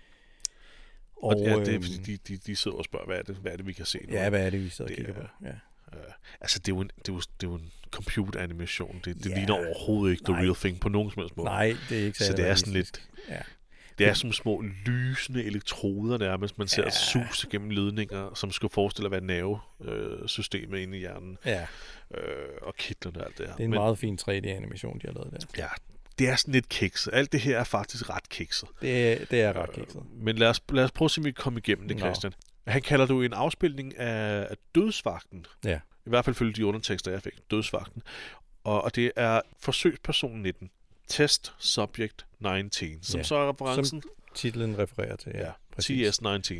Og det er fordi, de sidder og spørger, hvad er det, vi kan se nu? Ja, hvad er det, vi sidder og kigger på? Ja. Altså, det er jo en computeranimation. Det ligner overhovedet ikke the real thing på nogen som helst måde. Nej, det er ikke så det er sådan lidt... Ja. Det er som små lysende elektroder nærmest, man ser suse gennem ledninger, som skal forestille at være nervesystemet inde i hjernen. Ja. Og kitlerne og alt det her. Det er en meget fin 3D-animation, de har lavet der. Ja, det er sådan lidt kikset. Alt det her er faktisk ret kikset. Det er ret kikset. Men lad os prøve at se, om vi kan komme igennem det, Christian. Han kalder det jo en afspilning af Dødsvagten. Ja. I hvert fald følge de undertekster, jeg fik. Dødsvagten. Og det er forsøgsperson 19. Test Subject 19. Som så er referencen. Som titlen refererer til. Ja, TS-19.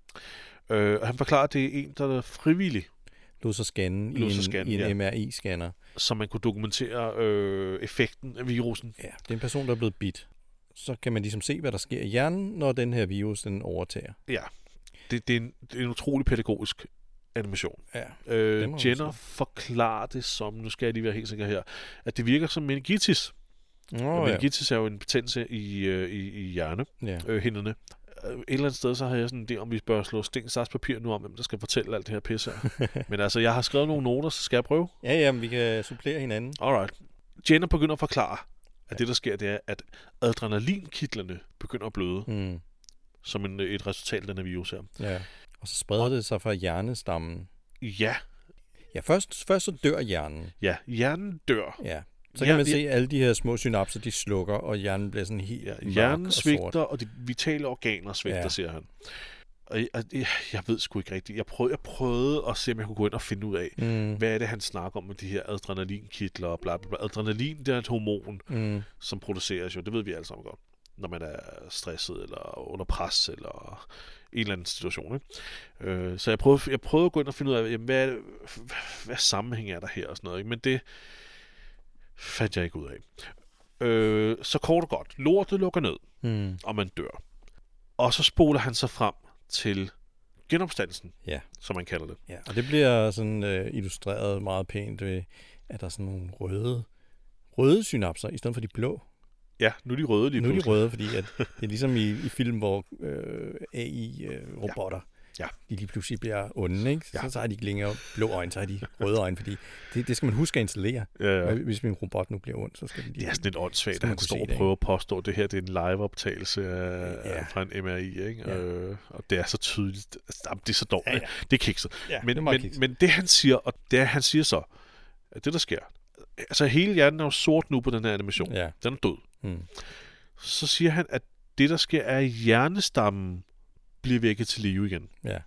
Og han forklarer, at det er en, der er frivillig. Lod sig scanne i en MRI-scanner. Så man kunne dokumentere effekten af virusen. Ja, det er en person, der er blevet bidt. Så kan man ligesom se, hvad der sker i hjernen, når den her virus den overtager. Ja, det er en utrolig pædagogisk animation. Ja, Jenner forklarer det som, nu skal jeg lige være helt sikker her, at det virker som meningitis. Meningitis er jo en betændelse i hjernehinderne. Et eller andet sted, så har jeg sådan en idé om, vi bør slå sten, saks, papir nu om, hvem der skal fortælle alt det her pisse her. Men altså, jeg har skrevet nogle noter, så skal jeg prøve? Ja, vi kan supplere hinanden. Alright. Jenner begynder at forklare, at det, der sker, det er, at adrenalinkitlerne begynder at bløde. Som et resultat af den her virus her. Ja. Og så spreder det sig fra hjernestammen. Ja. Ja, først så dør hjernen. Ja, hjernen dør. Ja. Så kan man se, at alle de her små synapser, de slukker, og hjernen bliver sådan helt mørk hjernen svigter, og de vitale organer svigter, siger han. Og jeg ved sgu ikke rigtigt. Jeg prøvede at se, om jeg kunne gå ind og finde ud af, hvad er det, han snakker om med de her adrenalinkitler og bla bla bla. Adrenalin, det er et hormon, som produceres jo. Det ved vi alle sammen godt, når man er stresset, eller under pres, eller en eller anden situation. Ikke? Så jeg prøvede at gå ind og finde ud af, jamen, hvad sammenhæng er der her, og sådan noget. Ikke? Men det fandt jeg ikke ud af. Så kort og godt. Lortet lukker ned, og man dør. Og så spoler han sig frem til genopstandelsen, som man kalder det. Ja, og det bliver sådan illustreret meget pænt ved, at der er sådan nogle røde synapser, i stedet for de blå. Ja, nu er de røde lige pludselig. Nu er de røde, fordi at det er ligesom i film, hvor AI-robotter, de lige pludselig bliver onde, ikke? Så har de ikke længere blå øjne, så har de røde øjne, fordi det skal man huske at installere. Ja. Hvis min robot nu bliver ond, så skal den lige... Det er sådan lidt åndssvagt, at han står og prøver at påstå, at det her det er en live-optagelse fra en MRI, ikke? Og det er så tydeligt. Det er så dårligt. Ja. Det er kikset. Ja, men det han siger, og det han siger så, at det der sker, altså hele hjernen er jo sort nu på den her animation. Ja. Den er død. Så siger han, at det der sker er, at hjernestammen bliver vækket til live igen. Ja.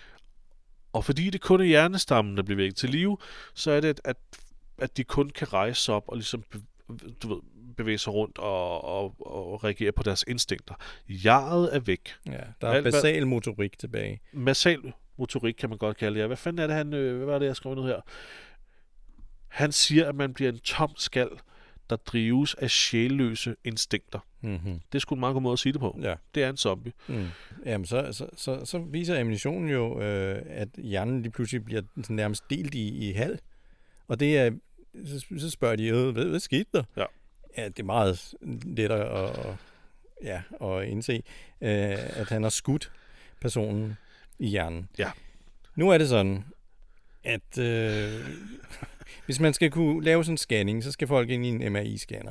Og fordi det kun er hjernestammen, der bliver vækket til live, så er det, at de kun kan rejse op og ligesom bevæge sig rundt og reagere på deres instinkter. Jeget er væk. Ja, der er basal motorik tilbage. Basal motorik kan man godt kalde det. Hvad fanden er det, hvad var det, jeg skrev ned her? Han siger, at man bliver en tom skal, der drives af sjælløse instinkter. Mm-hmm. Det er sgu en meget god måde at sige det på. Ja. Det er en zombie. Mm. Jamen, så viser ammunitionen jo, at hjernen lige pludselig bliver sådan nærmest delt i halv. Og det er, så spørger de, hvad skete der? Ja. Ja, det er meget lettere at indse, at han har skudt personen i hjernen. Ja. Nu er det sådan, at hvis man skal kunne lave sådan en scanning, så skal folk ind i en MRI-scanner.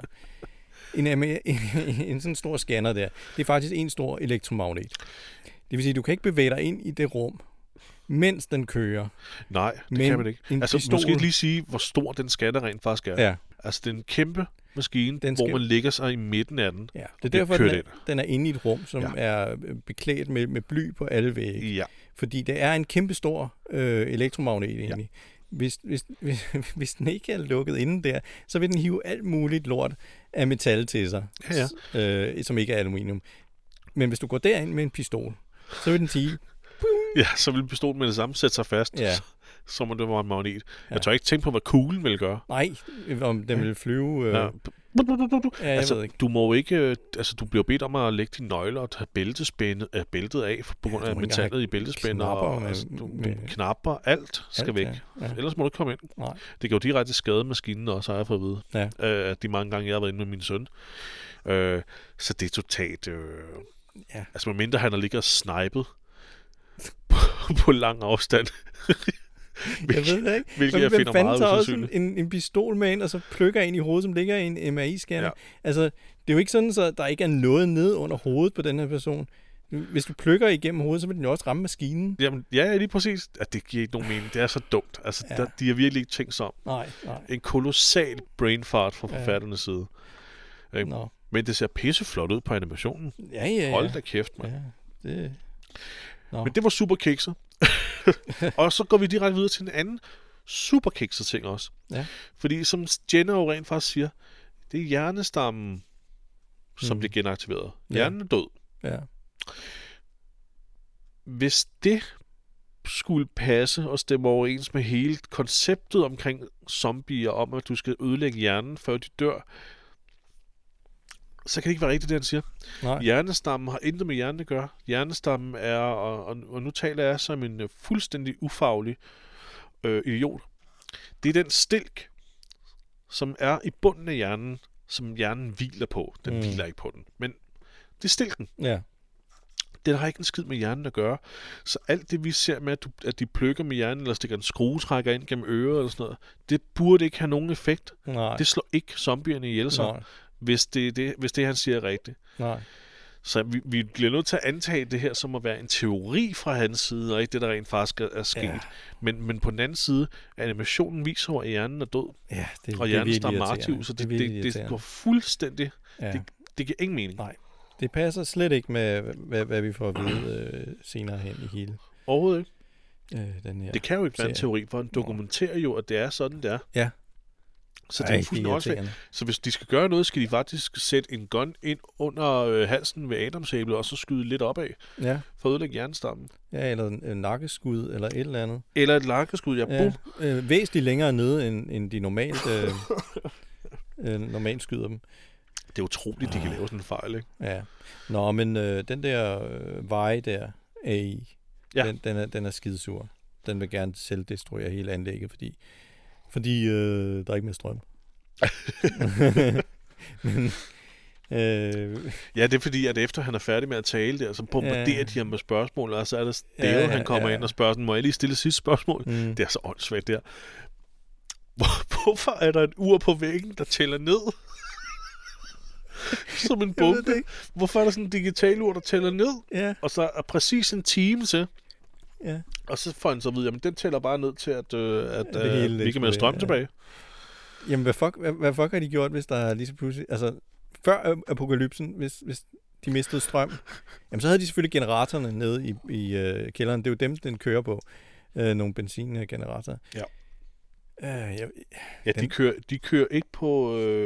En sådan stor scanner der, det er faktisk en stor elektromagnet. Det vil sige, du kan ikke bevæge dig ind i det rum, mens den kører. Nej, det kan man ikke. Altså, nu skal jeg lige sige, hvor stor den scanner rent faktisk er. Ja. Altså, det er en kæmpe maskine, hvor man ligger sig i midten af den. Ja, det er derfor, den er inde i et rum, som er beklædt med bly på alle vægge. Ja. Fordi det er en kæmpe stor elektromagnet egentlig. Hvis den ikke er lukket inde der, så vil den hive alt muligt lort af metal til sig, som ikke er aluminium. Men hvis du går derind med en pistol, så vil den sige... Ja, så vil pistolen med det samme sætte sig fast, som om det var en magnet. Ja. Jeg tør ikke tænke på, hvad kuglen vil gøre. Nej, om den vil flyve... Ja, jeg ved ikke. Du må ikke... du bliver bedt om at lægge dine nøgler og tage bæltet af, på grund af metallet i bæltespændet. Du knapper, alt skal væk. Ja. Ellers må du ikke komme ind. Nej. Det går jo direkte skade maskinen også, har jeg fået at vide. Ja. De mange gange, jeg har været inde med min søn. Så det er totalt... medmindre han har ligget og snipet på lang afstand. Jeg ved det ikke. Hvilket jeg finder meget usandsynligt. En pistol med ind, og så plukker ind i hovedet, som ligger i en MRI-scanner. Ja. Altså, det er jo ikke sådan, så der ikke er noget ned under hovedet på den her person. Hvis du plukker igennem hovedet, så vil den jo også ramme maskinen. Jamen, ja, lige præcis. Det giver ikke nogen mening. Det er så dumt. Altså, de har virkelig ikke tænkt sig om. Nej. En kolossal brain fart fra forfatternes side. Men det ser pisseflot ud på animationen. Ja. Hold da kæft, mand. Ja, det... Men det var super kikset. Og så går vi direkte videre til en anden super kikset ting også. Ja. Fordi som Jenna jo rent faktisk siger, det er hjernestammen, som bliver genaktiveret. Hjernen er død. Ja. Hvis det skulle passe og stemme overens med hele konceptet omkring zombier, om at du skal ødelægge hjernen, før de dør, så kan det ikke være rigtigt, det han siger. Nej. Hjernestammen har intet med hjernen at gøre. Hjernestammen er, og nu taler jeg som en fuldstændig ufaglig idiot. Det er den stilk, som er i bunden af hjernen, som hjernen hviler på. Den hviler ikke på den, men det er stilken. Ja. Den har ikke en skid med hjernen at gøre. Så alt det, vi ser med, at de plukker med hjernen, eller stikker en skruetrækker ind gennem øret, eller sådan noget, det burde ikke have nogen effekt. Nej. Det slår ikke zombierne ihjel sig. Hvis det han siger er rigtigt. Nej. Så vi bliver nødt til at antage det her som at være en teori fra hans side, og ikke det, der rent faktisk er sket. Ja. Men på den anden side, animationen viser, at hjernen er død, og hjernen stammer aktiv, så det går fuldstændig... Ja. Det giver ingen mening. Nej, det passer slet ikke med, hvad vi får at vide senere hen i hele... Overhovedet ikke. Den her det kan jo ikke være en teori, for han dokumenterer jo, at det er sådan, det er. Ja. Så det er fuldstændig åndssvagt. Så hvis de skal gøre noget, skal de faktisk sætte en gun ind under halsen ved adamsæblet, og så skyde lidt opad, for at ødelægge hjernestammen. Ja, eller en nakkeskud, eller et eller andet. Eller et nakkeskud, bum. Væsentligt længere nede, end de normalt skyder dem. Det er utroligt, de kan lave sådan en fejl, ikke? Ja. Nå, men den der vej der, AI, den er skidesur. Den vil gerne selvdestruere hele anlægget, fordi der er ikke mere strøm. Men, ja, det er fordi, at efter han er færdig med at tale der, så bombarderer de ham med spørgsmål, og så er der Dale, han kommer ind og spørger sådan, må jeg lige stille sidste spørgsmål? Det er så åndssvagt der. Hvorfor er der et ur på væggen, der tæller ned? Som en bombe. Hvorfor er der sådan en digital ur, der tæller ned? Ja. Og så er præcis en time til. Ja. Og så får han så at vide, jamen den tæller bare ned til, at vi kan med strøm tilbage. Jamen, hvad fuck har de gjort, hvis der er lige så pludselig... Altså, før apokalypsen, hvis de mistede strøm, jamen så havde de selvfølgelig generatorerne nede i kælderen. Det er jo dem, den kører på. Nogle benzingeneratorer. Ja. De kører ikke på,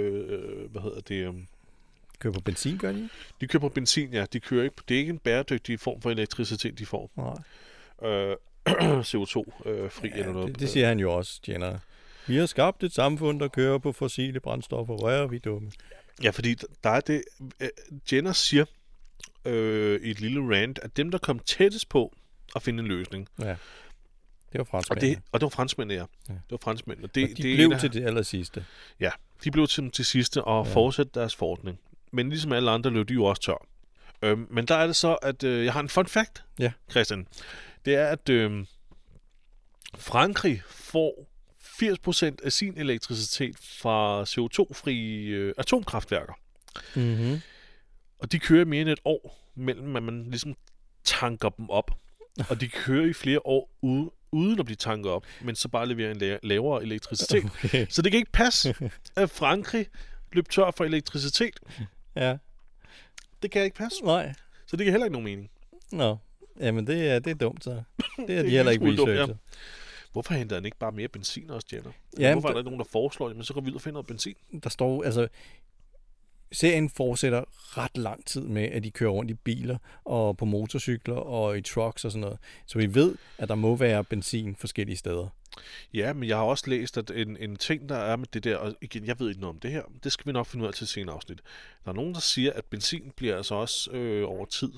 kører på benzin, gør de? De kører på benzin, ja. De kører ikke. Det er ikke en bæredygtig form for elektricitet, de får. Nej. CO2-fri eller noget. Det siger han jo også, Jenner. Vi har skabt et samfund, der kører på fossile brændstoffer. Hvor er vi dumme? Ja, fordi der er det... Jenner siger i et lille rant, at dem, der kom tættest på at finde en løsning... Ja. Det var franskmændene. Og det var franskmændene, ja. Det var franskmændene. Og de blev til det allersidste. Ja, de blev til sidste og fortsatte deres forordning. Men ligesom alle andre løb de jo også tør. Men der er det så, at jeg har en fun fact, Christian. Det er, at Frankrig får 80% af sin elektricitet fra CO2-fri atomkraftværker. Mm-hmm. Og de kører mere end et år mellem, at man ligesom tanker dem op. Og de kører i flere år uden at blive tanket op, men så bare leverer en lavere elektricitet. Okay. Så det kan ikke passe, at Frankrig løb tør for elektricitet. Ja. Det kan ikke passe. Nej. Så det giver heller ikke nogen mening. Nå, jamen det er dumt så. Det er de heller ikke researchet. Ja. Hvorfor henter han ikke bare mere benzin også, Jenner? Ja, hvorfor er der ikke nogen, der foreslår det, men så går vi ud og finder noget benzin? Der står, altså... Serien fortsætter ret lang tid med, at de kører rundt i biler og på motorcykler og i trucks og sådan noget. Så vi ved, at der må være benzin forskellige steder. Ja, men jeg har også læst, at en ting, der er med det der, og igen, jeg ved ikke noget om det her, det skal vi nok finde ud af til senere afsnit. Der er nogen, der siger, at benzin bliver altså også over tid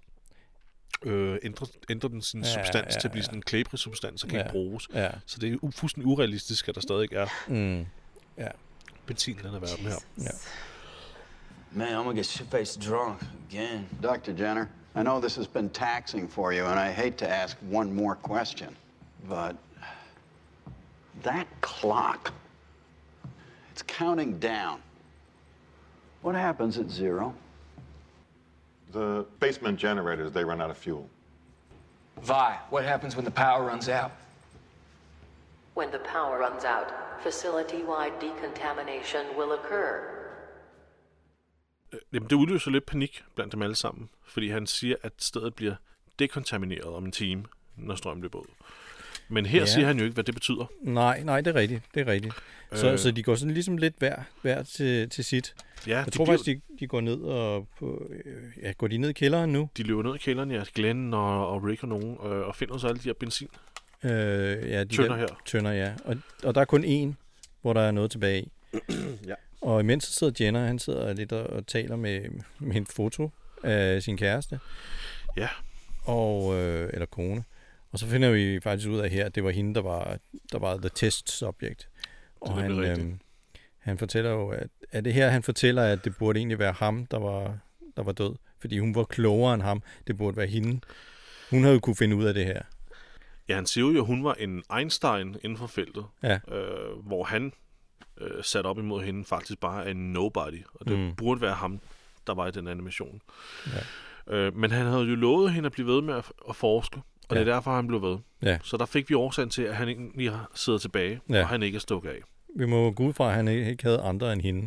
ændrer den sin substans til at blive sådan en klæbrig substans, og kan ikke bruges. Ja. Så det er fuldstændig urealistisk, at der stadig er benzin i den her verden her. Ja. Man, I'm gonna get shit-faced drunk again. Dr. Jenner, I know this has been taxing for you, and I hate to ask one more question, but that clock, it's counting down. What happens at 0? The basement generators, they run out of fuel. Vi, what happens when the power runs out? When the power runs out, facility-wide decontamination will occur. Jamen, det udløser lidt panik blandt dem alle sammen, fordi han siger, at stedet bliver dekontamineret om en time, når strømmen bliver ud. Men her siger han jo ikke, hvad det betyder. Nej, det er rigtigt. Så de går sådan ligesom lidt hver til sit. Ja, jeg tror faktisk, de går ned og går de ned i kælderen nu? De løber ned i kælderen, ja. Glenn og Rick og nogen, og finder så alle de her benzin. Tønder her. Tønder, ja. Og der er kun én, hvor der er noget tilbage i. Ja. Og imens så sidder Jenner, han sidder lidt og taler med en foto af sin kæreste. Ja. Og, eller kone. Og så finder vi faktisk ud af her, at det var hende, der var the test subject. Og han fortæller jo, at det her, han fortæller, at det burde egentlig være ham, der var død. Fordi hun var klogere end ham. Det burde være hende. Hun havde jo kunne finde ud af det her. Ja, han siger jo, at hun var en Einstein inden for feltet. Ja. Hvor han sat op imod hende faktisk bare en nobody. Og det burde være ham, der var i den animation. Ja. Men han havde jo lovet hende at blive ved med at forske. Og det er derfor, han blev ved. Ja. Så der fik vi årsagen til, at han egentlig sidder tilbage, og han ikke er stukket af. Vi må gå ud fra, at han ikke havde andre end hende,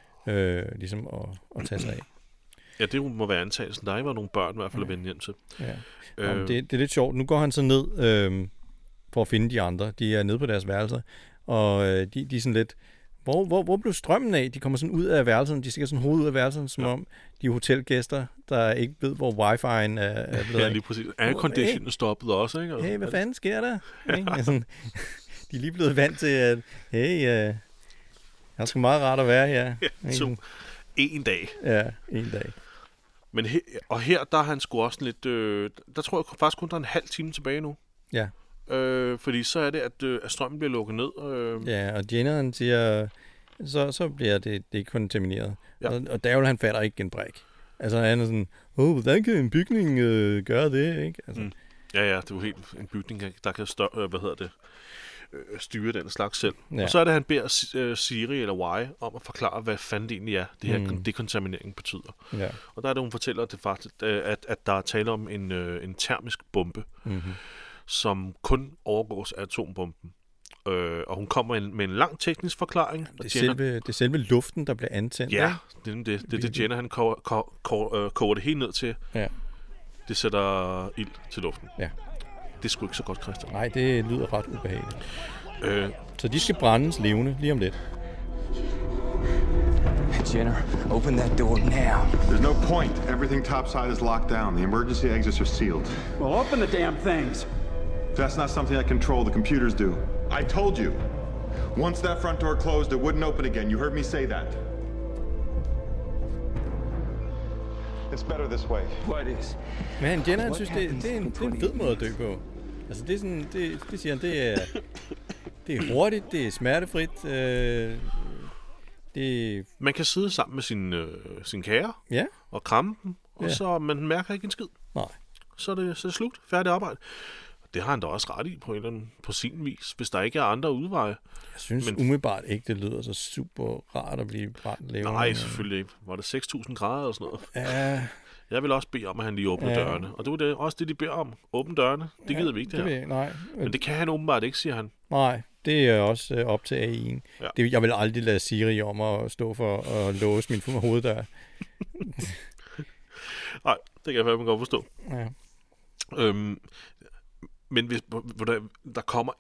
ligesom at tage sig af. Ja, det må være antagelsen. Der var nogle børn i hvert fald at vende hjem til. Ja. Det er lidt sjovt. Nu går han så ned for at finde de andre. De er nede på deres værelser, og de er sådan lidt... Hvor blev strømmen af? De kommer sådan ud af værelserne. De stikker sådan hovedet ud af værelserne, som om de er hotelgæster, der ikke ved, hvor wifi'en er blevet. Ja, lige præcis. Airconditionen stoppede også, ikke? Hey, hvad fanden sker der? Sådan, de er lige blevet vant til, at det er sgu meget rart at være her. Ja, så en dag. Ja, en dag. Men her, der er han sgu også lidt... der tror jeg faktisk kun, der er en halv time tilbage nu. Ja. Fordi så er det, at strømmen bliver lukket ned. Ja, og Jenner, han siger, så bliver det kontamineret. Ja. Og Daryl, han fatter ikke en bræk. Altså, han er sådan, hvordan kan en bygning gøre det, ikke? Altså. Ja, det er jo helt en bygning, der kan styre den slags selv. Ja. Og så er det, han beder Siri eller Y om at forklare, hvad fanden det egentlig er, det her dekontaminering betyder. Ja. Og der er det, hun fortæller, at, det faktisk, at der er tale om en termisk bombe, som kun overgås af atombomben. Og hun kommer med en lang teknisk forklaring. Det er selve luften, der bliver antændt. Ja, det er det, Jenner han koger det helt ned til. Ja. Det sætter ild til luften. Ja. Det er sgu ikke så godt, Christian. Nej, det lyder ret ubehageligt. Så de skal brændes levende lige om lidt. Jenner, open that door now. There's no point. Everything topside is locked down. The emergency exits are sealed. Well, open the damn things. That's not something I control. The computers do. I told you. Once that front door closed, it wouldn't open again. You heard me say that. It's better this way. What is? Men Jenner, han synes, det er en fed måde at dø på. Altså, det er sådan, det siger han, det er hurtigt, det er smertefrit, Man kan sidde sammen med sin kære og kramme dem, og så man mærker ikke en skid. Nej. Så er det slut. Færdig arbejde. Det har han da også ret i på sin vis, hvis der ikke er andre udveje. Jeg synes umiddelbart ikke, det lyder så super rart at blive brændt levende. Nej, selvfølgelig ikke. Var det 6.000 grader og sådan noget? Ja. Jeg vil også bede om, at han lige åbner dørene. Og det var også det, de beder om. Åbne dørene. Det gider vi ikke, det her. Nej. Men det kan han åbenbart ikke, siger han. Nej, det er også op til AI'en. Ja. Jeg vil aldrig lade Siri om at stå for at låse min hoveddør. Nej, det kan jeg fandme godt forstå. Ja. Men hvis der kommer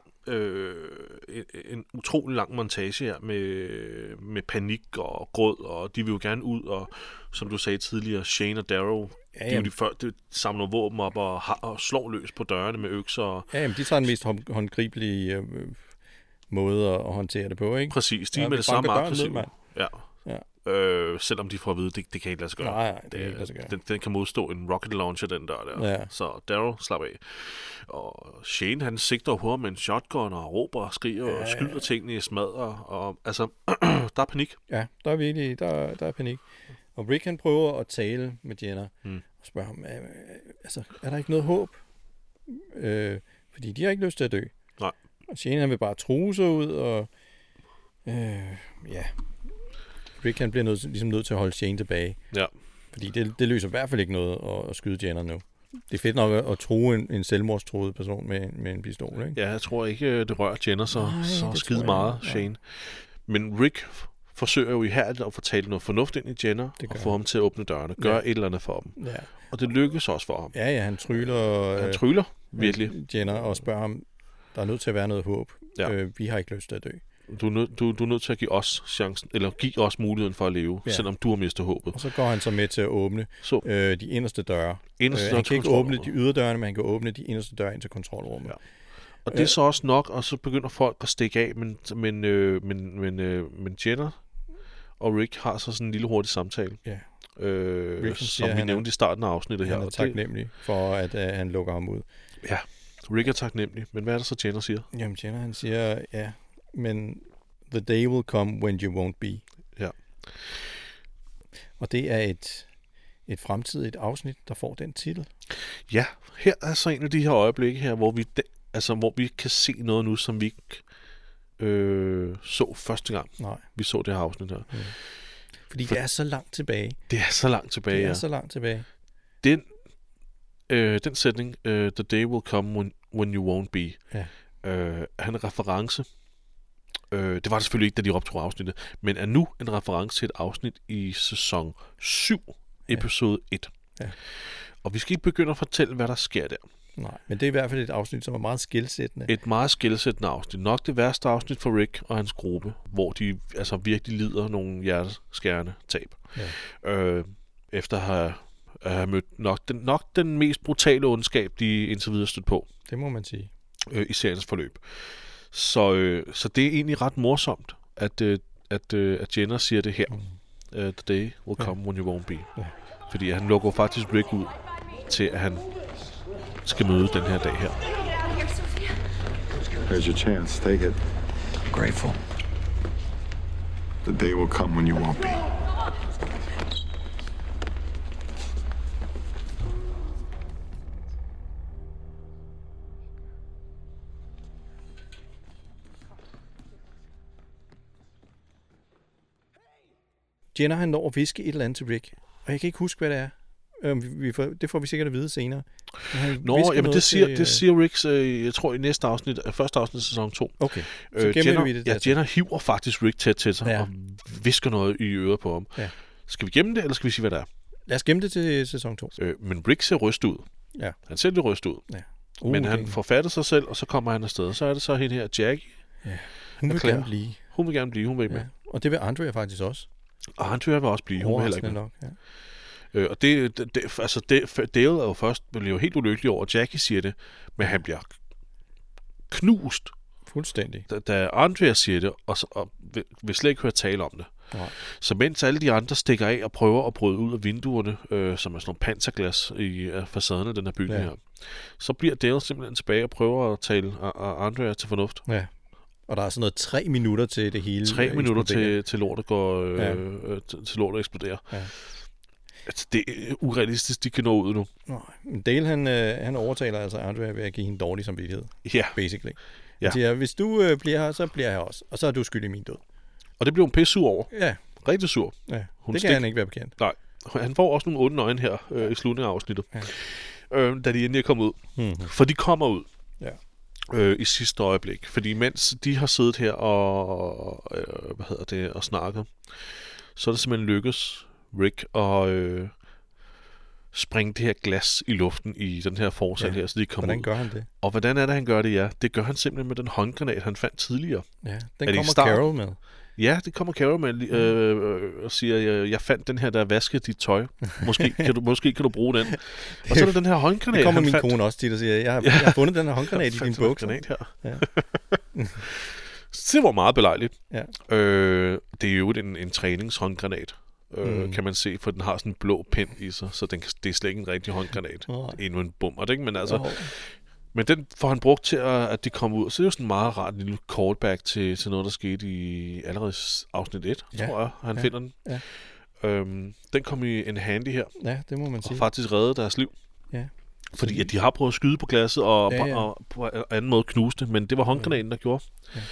en utrolig lang montage her med panik og gråd, og de vil jo gerne ud, og som du sagde tidligere, Shane og Darrow, de er jo de første, de samler våben op og slår løs på dørene med økser. Ja, jamen, de tager den mest håndgribelige måde at håndtere det på, ikke? Præcis, de er med det samme aggressive. Ja. Selvom de får at vide, det kan ikke lade sig gøre. Nej, det kan ikke lade sig gøre. Den kan modstå en rocket launcher, den dør der. Ja. Så Darrow slapper af. Og Shane, han sigter på med en shotgun og råber og skriger og skyder tingene i smadrer. Og altså, der er panik. Ja, der er virkelig, der er panik. Og Rick, han prøver at tale med Jenner og spørger ham, altså, er der ikke noget håb? Fordi de har ikke lyst til at dø. Nej. Og Shane, han vil bare true sig ud, og Rick, han bliver nødt til at holde Shane tilbage. Ja. Fordi det løser i hvert fald ikke noget at skyde Jenner nu. Det er fedt nok at true en selvmordstruet person med en pistol, ikke? Ja, jeg tror ikke, det rører Jenner så skide meget, Shane. Men Rick forsøger jo ihærdigt at fortælle noget fornuft ind i Jenner, og få ham til at åbne dørene, gøre et eller andet for dem. Ja. Og det lykkes også for ham. Ja, han tryller. Han tryller, virkelig. Jenner og spørger ham, der er nødt til at være noget håb. Ja. Vi har ikke lyst til at dø. Du er nødt til at give os chancen, eller give os muligheden for at leve, selvom du har mistet håbet. Og så går han så med til at åbne de inderste døre. Han kan ikke åbne de yderdørene, men han kan åbne de inderste døre ind til kontrolrummet. Ja. Og det er så også nok, og så begynder folk at stikke af, men Jenner og Rick har så sådan en lille hurtig samtale. Ja. Som vi nævnte i starten af afsnittet her. Han er taknemmelig for, at han lukker ham ud. Ja, Rick er taknemmelig. Men hvad er det så, Jenner siger? Jamen, Jenner, han siger, men the day will come when you won't be. Ja. Og det er et fremtidigt afsnit, der får den titel. Ja, her er så en af de her øjeblikke her, hvor vi kan se noget nu, som vi ikke så første gang. Nej. Vi så det her afsnit her. Ja. Fordi det er så langt tilbage. Det er så langt tilbage, Den sætning, the day will come when you won't be, han er reference. Det var det selvfølgelig ikke, da de optog afsnittet, men er nu en reference til et afsnit i sæson 7, episode 1. Ja. Og vi skal ikke begynde at fortælle, hvad der sker der. Nej, men det er i hvert fald et afsnit, som er meget skelsættende. Et meget skelsættende afsnit. Nok det værste afsnit for Rick og hans gruppe, hvor de altså virkelig lider nogle hjerteskærende tab. Ja. Efter at have mødt nok den mest brutale ondskab, de indtil videre stødt på. Det må man sige. I seriens forløb. Så det er egentlig ret morsomt, at Jenner siger det her. The day will come when you won't be. Ja. Fordi han lukker faktisk Rick ud til, at han skal møde den her dag her. Here's your chance. Take it. Grateful. The day will come when you won't be. Jenner, han når at viske et eller andet til Rick. Og jeg kan ikke huske, hvad det er. Det får vi sikkert at vide senere. Jamen det siger Rick, jeg tror i første afsnit af sæson 2. Okay, så gemmer vi det der. Jenner hiver faktisk Rick tæt til sig og visker noget i øret på ham. Ja. Skal vi gemme det, eller skal vi sige, hvad det er? Lad os gemme det til sæson 2. Men Rick ser rystet ud. Ja. Han ser lidt rystet ud. Ja. Men han får fattet sig selv, og så kommer han afsted. Så er det så hende her, Jackie. Ja. Hun vil gerne blive. Hun vil gerne blive, hun vil ikke med. Og det vil Andrea faktisk også. Og Andrea vil også blive, hun vil heller ikke med. Nok, og Dale er jo først, bliver jo helt ulykkelig over, at Jackie siger det, men han bliver knust. Fuldstændig. Da Andrea siger det, og vil slet ikke høre tale om det. Nej. Så mens alle de andre stikker af og prøver at bryde ud af vinduerne, som er sådan nogle panserglas i facaden af den her bygning her, så bliver Dale simpelthen tilbage og prøver at tale Andrea til fornuft. Ja. Og der er sådan noget 3 minutter til det hele. 3 minutter til lortet går, til lortet eksploderer. Ja. Altså, det er urealistisk, de kan nå ud nu. Nej. Dale, han overtaler altså Andrea ved at give hende dårlig samvittighed. Ja. Basically. Han siger, hvis du bliver her, så bliver jeg også. Og så er du skyld i min død. Og det bliver hun pisse sur over. Ja. Rigtig sur. Ja. Det kan han ikke være bekendt. Nej. Han får også nogle onde øjne her i slutningen af afsnittet. Ja. Da de endelig er kommet ud. Mm-hmm. For de kommer ud. Ja. I sidste øjeblik. Fordi mens de har siddet her og snakket, så er det simpelthen lykkes Rick at springe det her glas i luften i den her forsal her, så de kommer ud. Hvordan gør han det? Og hvordan er det, han gør det, ja? Det gør han simpelthen med den håndgranat, han fandt tidligere. Ja, den kommer Carol med. Ja, det kommer Carol med og siger, jeg fandt den her, der vaskede dit tøj. Måske kan du bruge den. Og så er der den her håndgranat, det kommer min kone også til at sige, jeg har fundet den her håndgranat i din bukser. Her. Ja. Det var meget belejligt. Ja. Det er jo en træningshåndgranat. Kan man se, for den har sådan en blå pind i sig, så det er slet ikke en rigtig håndgranat. Endnu en bummer, ikke? Men altså, men den får han brugt til, at de kommer ud. Så det er jo sådan en meget rart lille callback til noget, der skete i allerede afsnit 1, tror jeg, han finder den. Ja. Den kom i en handy her. Ja, det må man sige. Og faktisk redde deres liv. Ja. Fordi at de har prøvet at skyde på glasset og på anden måde knuse det, men det var håndgranaten, der gjorde.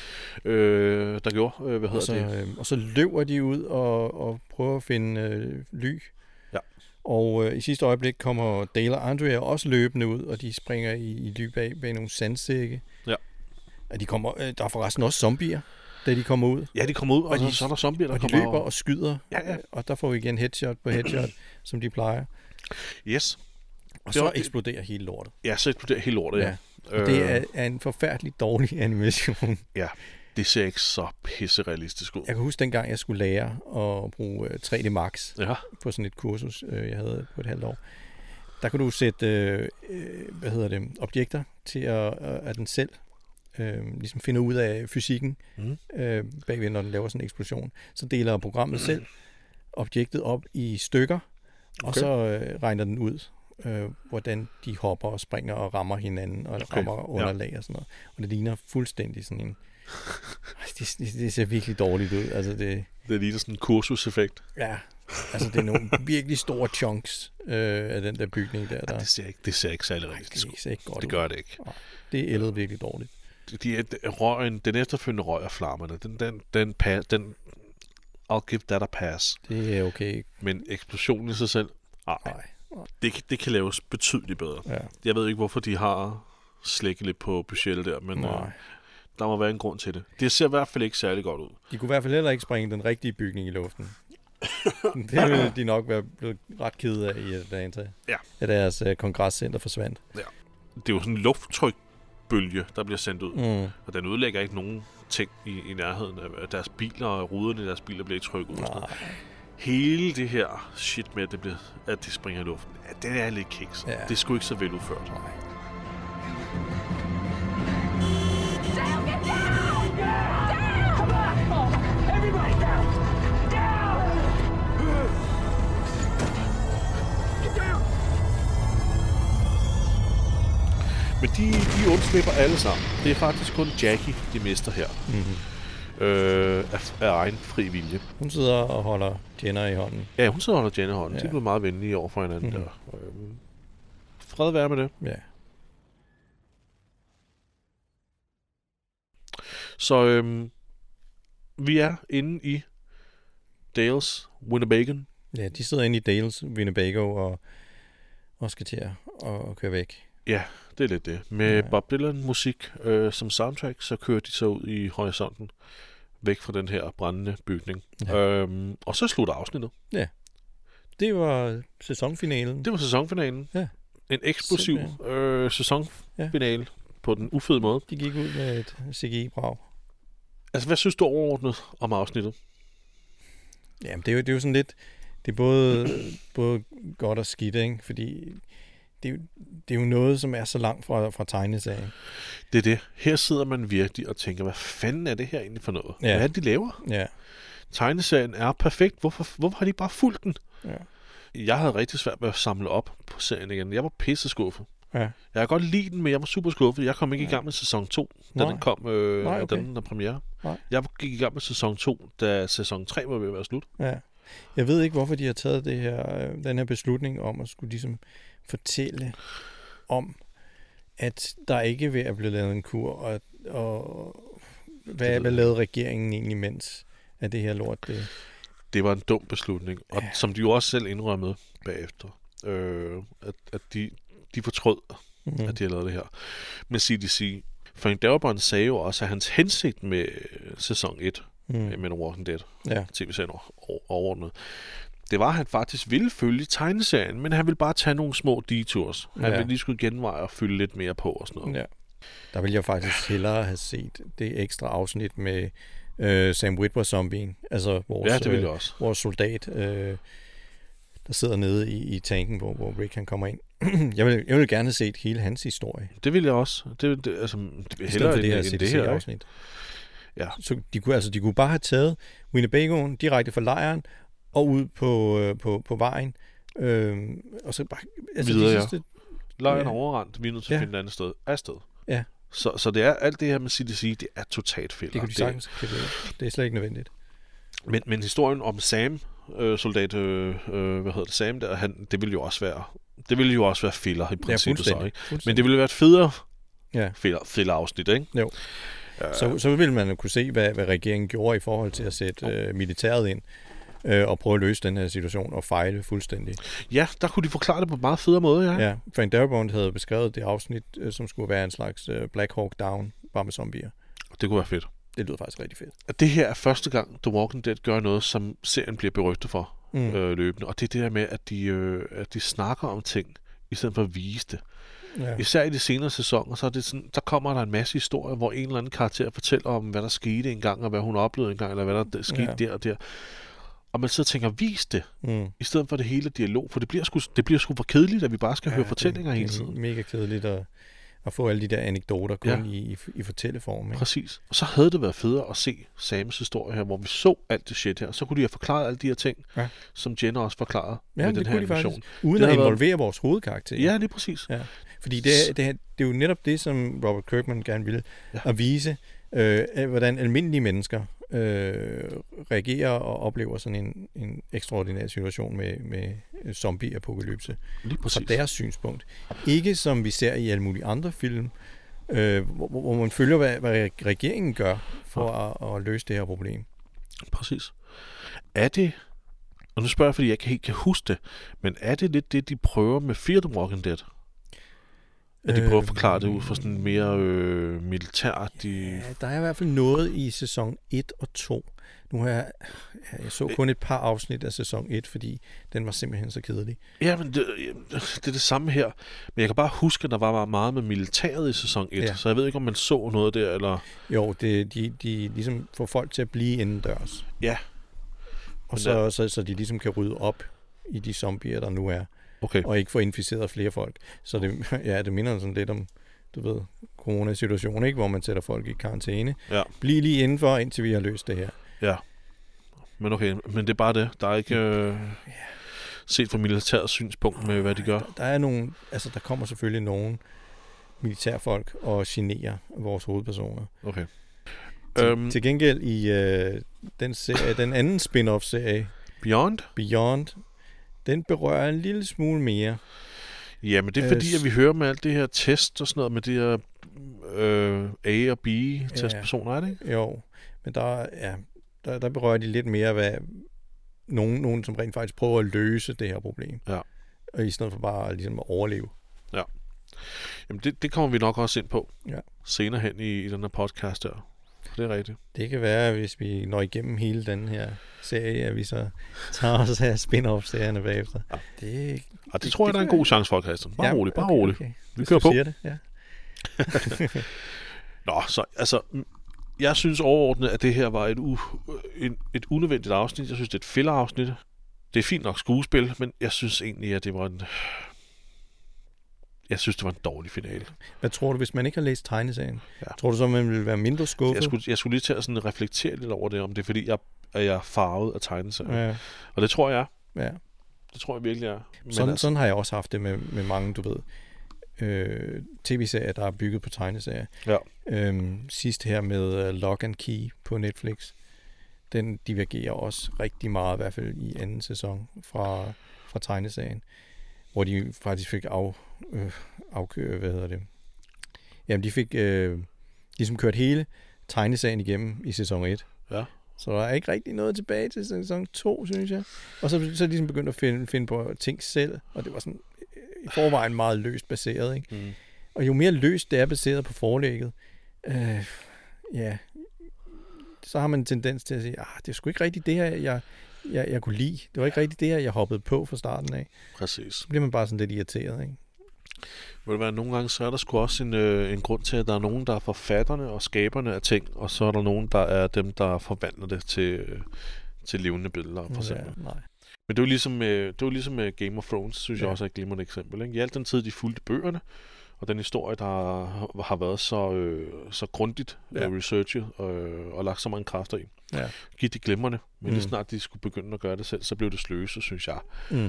Og så løber de ud og prøver at finde ly. Ja. Og i sidste øjeblik kommer Dale og Andrea også løbende ud, og de springer i ly bag nogle sandsække. Ja. Og der er forresten også zombier, da de kommer ud. Ja, de kommer ud, og så er der zombier, der kommer. Og de løber og skyder. Ja. Og der får vi igen headshot på headshot, som de plejer. Yes. Og så eksploderer hele lortet. Ja, så eksploderer hele lortet, ja. Og det er en forfærdelig dårlig animation. Ja, det ser ikke så pisserealistisk ud. Jeg kan huske dengang, jeg skulle lære at bruge 3D Max på sådan et kursus, jeg havde på et halvt år. Der kunne du sætte objekter til at den selv ligesom finde ud af fysikken bagved, når den laver sådan en eksplosion. Så deler programmet selv objektet op i stykker, og så regner den ud, hvordan de hopper og springer og rammer hinanden og rammer underlag og sådan noget. Og det ligner fuldstændig sådan en... Det ser virkelig dårligt ud. Altså det ligner sådan en kursuseffekt. Ja, altså det er nogle virkelig store chunks af den der bygning der. Det ser ikke særlig realistisk ud. Det ser ikke godt ud. Det gør det ikke. Det er ældet virkelig dårligt. Den efterfølgende røg af flammerne, den I'll give that a pass. Det er okay. Men eksplosionen i sig selv, nej. Det kan laves betydeligt bedre. Ja. Jeg ved ikke, hvorfor de har slækket lidt på budgettet der, men der må være en grund til det. Det ser i hvert fald ikke særlig godt ud. De kunne i hvert fald heller ikke springe den rigtige bygning i luften. Det ville de nok være blevet ret kede af i Atlanta. Ja. At deres kongresscenter forsvandt. Ja. Det er jo sådan en lufttrykbølge, der bliver sendt ud. Og den udlægger ikke nogen ting i nærheden af deres biler, og ruderne i deres biler bliver ikke trykket ud. Hele det her shit med, at det springer i luften, det er lidt kiks. Ja. Det er sgu ikke så vel udført. Nej. Men de undslipper alle sammen. Det er faktisk kun Jackie, de mister her. Af egen fri vilje. Hun sidder og holder Jenna i hånden. Ja, hun sidder og holder Jenna i hånden. Ja. De bliver meget venlige over for hinanden der. Fred være med det. Ja. Så vi er inde i Dales Winnebago. Ja, de sidder inde i Dales Winnebago og skal til at køre væk. Ja, det er lidt det. Med Bob Dylan-musik som soundtrack, så kører de så ud i horisonten, væk fra den her brændende bygning. Ja. Og så slutter afsnittet. Ja. Det var sæsonfinalen. Det var sæsonfinalen. Ja. En eksplosiv sæson finale på den ufede måde. De gik ud med et CGI-brag. Altså, hvad synes du overordnet om afsnittet? Jamen, det er jo sådan lidt... Det er både godt og skidt, ikke? Fordi det er jo noget, som er så langt fra tegneserien. Det er det. Her sidder man virkelig og tænker, hvad fanden er det her egentlig for noget? Ja. Hvad er det, de laver? Ja. Tegneserien er perfekt. Hvorfor har de bare fulgt den? Ja. Jeg havde rigtig svært ved at samle op på serien igen. Jeg var pisse skuffet. Ja. Jeg kan godt lide den, men jeg var super skuffet. Jeg kom ikke i gang med sæson 2, da den kom, da den der premiere. Nej. Jeg gik i gang med sæson 2, da sæson 3 var ved at være slut. Ja. Jeg ved ikke, hvorfor de har taget den her beslutning om at skulle ligesom fortælle om, at der ikke er ved at blive lavet en kur, og hvad lavede regeringen egentlig mens af det her lort? Det var en dum beslutning, og som de jo også selv indrømmede bagefter, at de fortrød, at de har lavet det her. Men CDC, Frank Darabont sagde jo også, at hans hensigt med sæson 1 med The Walking Dead, tv-serien overordnet, det var, at han faktisk ville følge tegneserien, men han ville bare tage nogle små detours. Han ville lige skulle genveje og fylde lidt mere på og sådan noget. Ja. Der ville jeg faktisk hellere have set det ekstra afsnit med Sam Witwer-zombien, altså vores soldat, der sidder nede i tanken, hvor Rick han kommer ind. Jeg vil gerne have set hele hans historie. Det vil jeg også. Det hellere det her CDC-afsnit. Ja. Så de kunne bare have taget Winnebagoen direkte fra lejren og ud på vejen. Og så bare... Altså, videre, lejren er overrendt. Vi er nødt til at finde et andet sted. Afsted. Ja. Så det er alt det her med CDC, det er totalt fedt. Det kan de sagtens. Det er slet ikke nødvendigt. Men historien om Sam, soldat, Sam der, det ville jo også være filler i princippet så, ikke? Men det ville være et federe filler afsnit, ikke? Jo. Så ville man kunne se, hvad regeringen gjorde i forhold til at sætte militæret ind og prøve at løse den her situation og fejle fuldstændig. Ja, der kunne de forklare det på en meget federe måde, ja. Ja, Frank Darabont havde beskrevet det afsnit, som skulle være en slags Black Hawk Down, bare med zombier. Det kunne være fedt. Det lyder faktisk rigtig fedt. Det her er første gang, The Walking Dead gør noget, som serien bliver berygtet for løbende. Og det er det der med, at de snakker om ting, i stedet for at vise det. Ja. Især i de senere sæsoner, så er det sådan, der kommer der en masse historier, hvor en eller anden karakter fortæller om, hvad der skete engang, og hvad hun oplevede engang, eller hvad der skete der og der. Og man sidder og tænker, vis det, i stedet for det hele dialog, for det bliver sgu for kedeligt, at vi bare skal høre fortællinger hele tiden. Det er mega kedeligt at få alle de der anekdoter kun i fortælleform. Ikke? Præcis. Og så havde det været federe at se Sams historie her, hvor vi så alt det shit her. Så kunne de have forklaret alle de her ting, som Jenna også forklarede med den her animation. Uden at involvere vores hovedkarakter. Ja, det er præcis. Ja. Fordi det er jo netop det, som Robert Kirkman gerne ville, at vise, hvordan almindelige mennesker reagerer og oplever sådan en ekstraordinær situation med zombie-apokalypse fra deres synspunkt. Ikke som vi ser i alle mulige andre film, hvor man følger, hvad regeringen gør for at løse det her problem. Præcis. Er det, og nu spørger jeg, fordi jeg ikke helt kan huske det, men er det lidt det, de prøver med Fear the Walking Dead? At de prøver at forklare det ud fra sådan mere militæragtigt... Ja, der er i hvert fald noget i sæson 1 og 2. Nu har jeg så kun et par afsnit af sæson 1, fordi den var simpelthen så kedelig. Ja, men det er det samme her. Men jeg kan bare huske, at der var meget med militæret i sæson 1, så jeg ved ikke, om man så noget der, eller... Jo, de ligesom får folk til at blive indendørs. Ja. Og så de ligesom kan rydde op i de zombier, der nu er. Okay. Og ikke få inficeret flere folk. Så det minder sådan lidt om, du ved, coronasituationen, ikke? Hvor man sætter folk i karantæne. Ja. Bliv lige indenfor, indtil vi har løst det her. Ja. Men okay, men det er bare det. Der er ikke set fra militærets synspunkt med, hvad de gør. Der er nogle, altså der kommer selvfølgelig nogle militærfolk og generer vores hovedpersoner. Okay. Til gengæld i den anden spin-off-serie, Beyond, den berører en lille smule mere. Ja, men det er fordi, at vi hører med alt det her test og sådan noget, med det her A- og B-testpersoner, er det ikke? Jo, men der berører de lidt mere, hvad nogen som rent faktisk prøver at løse det her problem. Ja. Og i stedet for bare ligesom at overleve. Ja. Jamen, det kommer vi nok også ind på senere hen i den her podcast der. Det er rigtigt. Det kan være, hvis vi når igennem hele den her serie, at vi så tager os af spin-off-serierne bagefter. Ja. Det tror jeg, der er en god chance for, Christian. Bare rolig. Okay. Vi kører på. Det, ja. Nå, så altså... Jeg synes overordnet, at det her var et unødvendigt afsnit. Jeg synes, det er et filler-afsnit. Det er fint nok skuespil, men jeg synes egentlig, at det var en... Jeg synes, det var en dårlig finale. Hvad tror du, hvis man ikke har læst tegneserien? Ja. Tror du så, man ville være mindre skuffet? Jeg skulle lige til at sådan reflektere lidt over det, om det er fordi, jeg er farvet af tegneserien. Ja. Og det tror jeg er. Ja. Det tror jeg virkelig er. Men sådan har jeg også haft det med mange, du ved, tv-serier, der er bygget på tegneserier. Ja. Sidst her med Lock and Key på Netflix, den divergerer også rigtig meget, i hvert fald i anden sæson fra tegneserien, hvor de faktisk fik Jamen, de fik ligesom kørt hele tegneserien igennem i sæson 1. Ja. Så der er ikke rigtig noget tilbage til sæson 2, synes jeg. Og så ligesom begyndt at finde på ting selv, og det var sådan i forvejen meget løst baseret, ikke? Mm. Og jo mere løst det er baseret på forlægget, så har man en tendens til at sige, det er sgu ikke rigtigt det her, jeg kunne lide. Det var ikke rigtigt det her, jeg hoppede på fra starten af. Præcis. Så bliver man bare sådan lidt irriteret, ikke? Vil det være, nogle gange, så er der sgu også en grund til, at der er nogen, der er forfatterne og skaberne af ting, og så er der nogen, der er dem, der forvandler det til levende billeder, for eksempel. Ja, nej. Men det var ligesom med Game of Thrones, synes jeg også er et glimrende eksempel. Ikke? I al den tid, de fulgte bøgerne, og den historie, der har været så grundigt researchet og lagt så mange kræfter i. Ja. Giv de glimrende, men lige snart de skulle begynde at gøre det selv, så blev det sløset, synes jeg.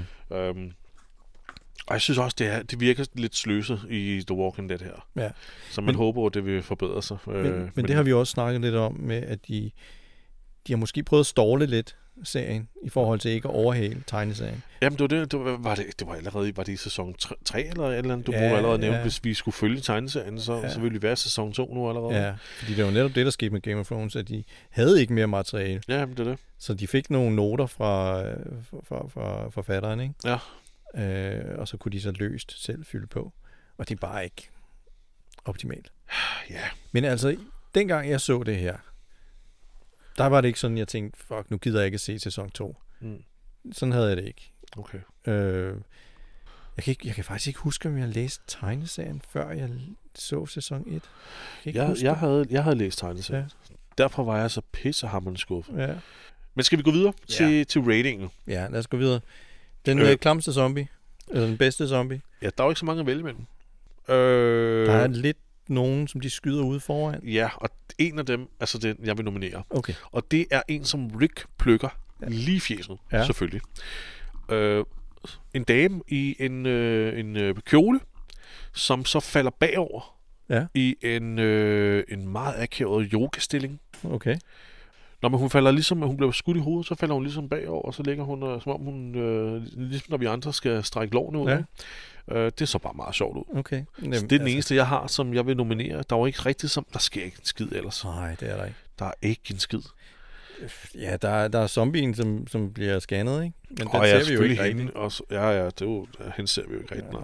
Og jeg synes også, det virker lidt sløset i The Walking Dead her. Ja. Så man håber, at det vil forbedre sig. Men det har vi også snakket lidt om, med at de har måske prøvet at ståle lidt serien, i forhold til ikke at overhale tegneserien. Jamen, det var allerede var det i sæson 3 eller et eller andet, du burde allerede nævne, hvis vi skulle følge tegneserien, så ville vi være i sæson 2 nu allerede. Ja, fordi det var netop det, der skete med Game of Thrones, at de havde ikke mere materiale. Ja, det er det. Så de fik nogle noter fra forfatteren, ikke? Ja. Og så kunne de så løst selv fylde på. Og det er bare ikke optimalt. Ja. Men altså, dengang jeg så det her, der var det ikke sådan, jeg tænkte, fuck, nu gider jeg ikke at se sæson 2. Sådan havde jeg det ikke. Okay. Jeg kan faktisk ikke huske, om jeg læste tegneserien, før jeg så sæson 1. Jeg havde læst tegneserien. Ja. Derfor var jeg så pissehammerende skuffet. Ja. Men skal vi gå videre til ratingen? Ja, lad os gå videre. Den klamste zombie, eller den bedste zombie. Ja, der er jo ikke så mange at vælge mellem. Der er lidt nogen, som de skyder ude foran. Ja, og en af dem, altså den, jeg vil nominere. Okay. Og det er en, som Rick plukker lige i fjeset, selvfølgelig. En dame i en kjole, som så falder bagover i en meget akavet yogastilling. Okay. Når hun falder ligesom, hun bliver skudt i hovedet, så falder hun ligesom bagover, og så ligger hun, som om hun, ligesom når vi andre skal strække lårene ud. Ja. Det så bare meget sjovt ud. Okay. Jamen, så det er den eneste, jeg har, som jeg vil nominere. Der var ikke rigtigt der sker ikke en skid ellers. Nej, det er der ikke. Der er ikke en skid. Ja, der er zombien, som bliver scannet, ikke? Men den ser vi jo ikke rigtigt. Også, ja, hende ser vi jo ikke rigtigt.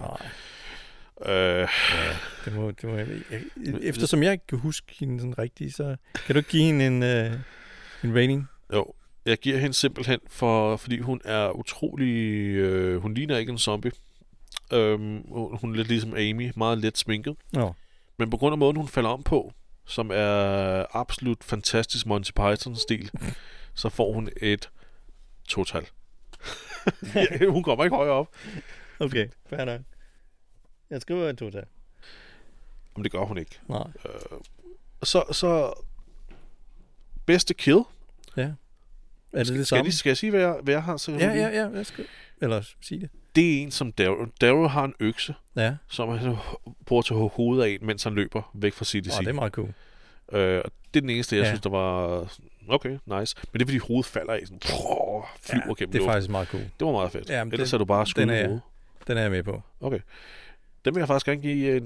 Det må eftersom jeg ikke kan huske hende sådan rigtigt, så kan du give hende en rating? Jo, jeg giver hende simpelthen, fordi hun er utrolig... hun ligner ikke en zombie. Hun er lidt ligesom Amy, meget let sminket. Ja. Men på grund af måden, hun falder om på, som er absolut fantastisk Monty Python-stil, så får hun et 2-tal. Hun kommer ikke højere op. Okay, fair nok. Jeg skriver et 2-tal. Men det gør hun ikke. Nej. Så bedste kill. Ja. Er det samme? Skal jeg sige, hvad jeg har? Ja. Eller sig det. Det er en, som Daryl har en økse, som han bruger til hovedet af en, mens han løber væk fra CDC. Det er meget cool. Det er den eneste, jeg synes, der var... Okay, nice. Men det er, fordi hovedet falder af, sådan, flyver gennem det er faktisk meget cool. Det var meget fedt. Ja, ellers er du bare skudt i hovedet. Den er jeg med på. Okay. Den vil jeg faktisk gerne give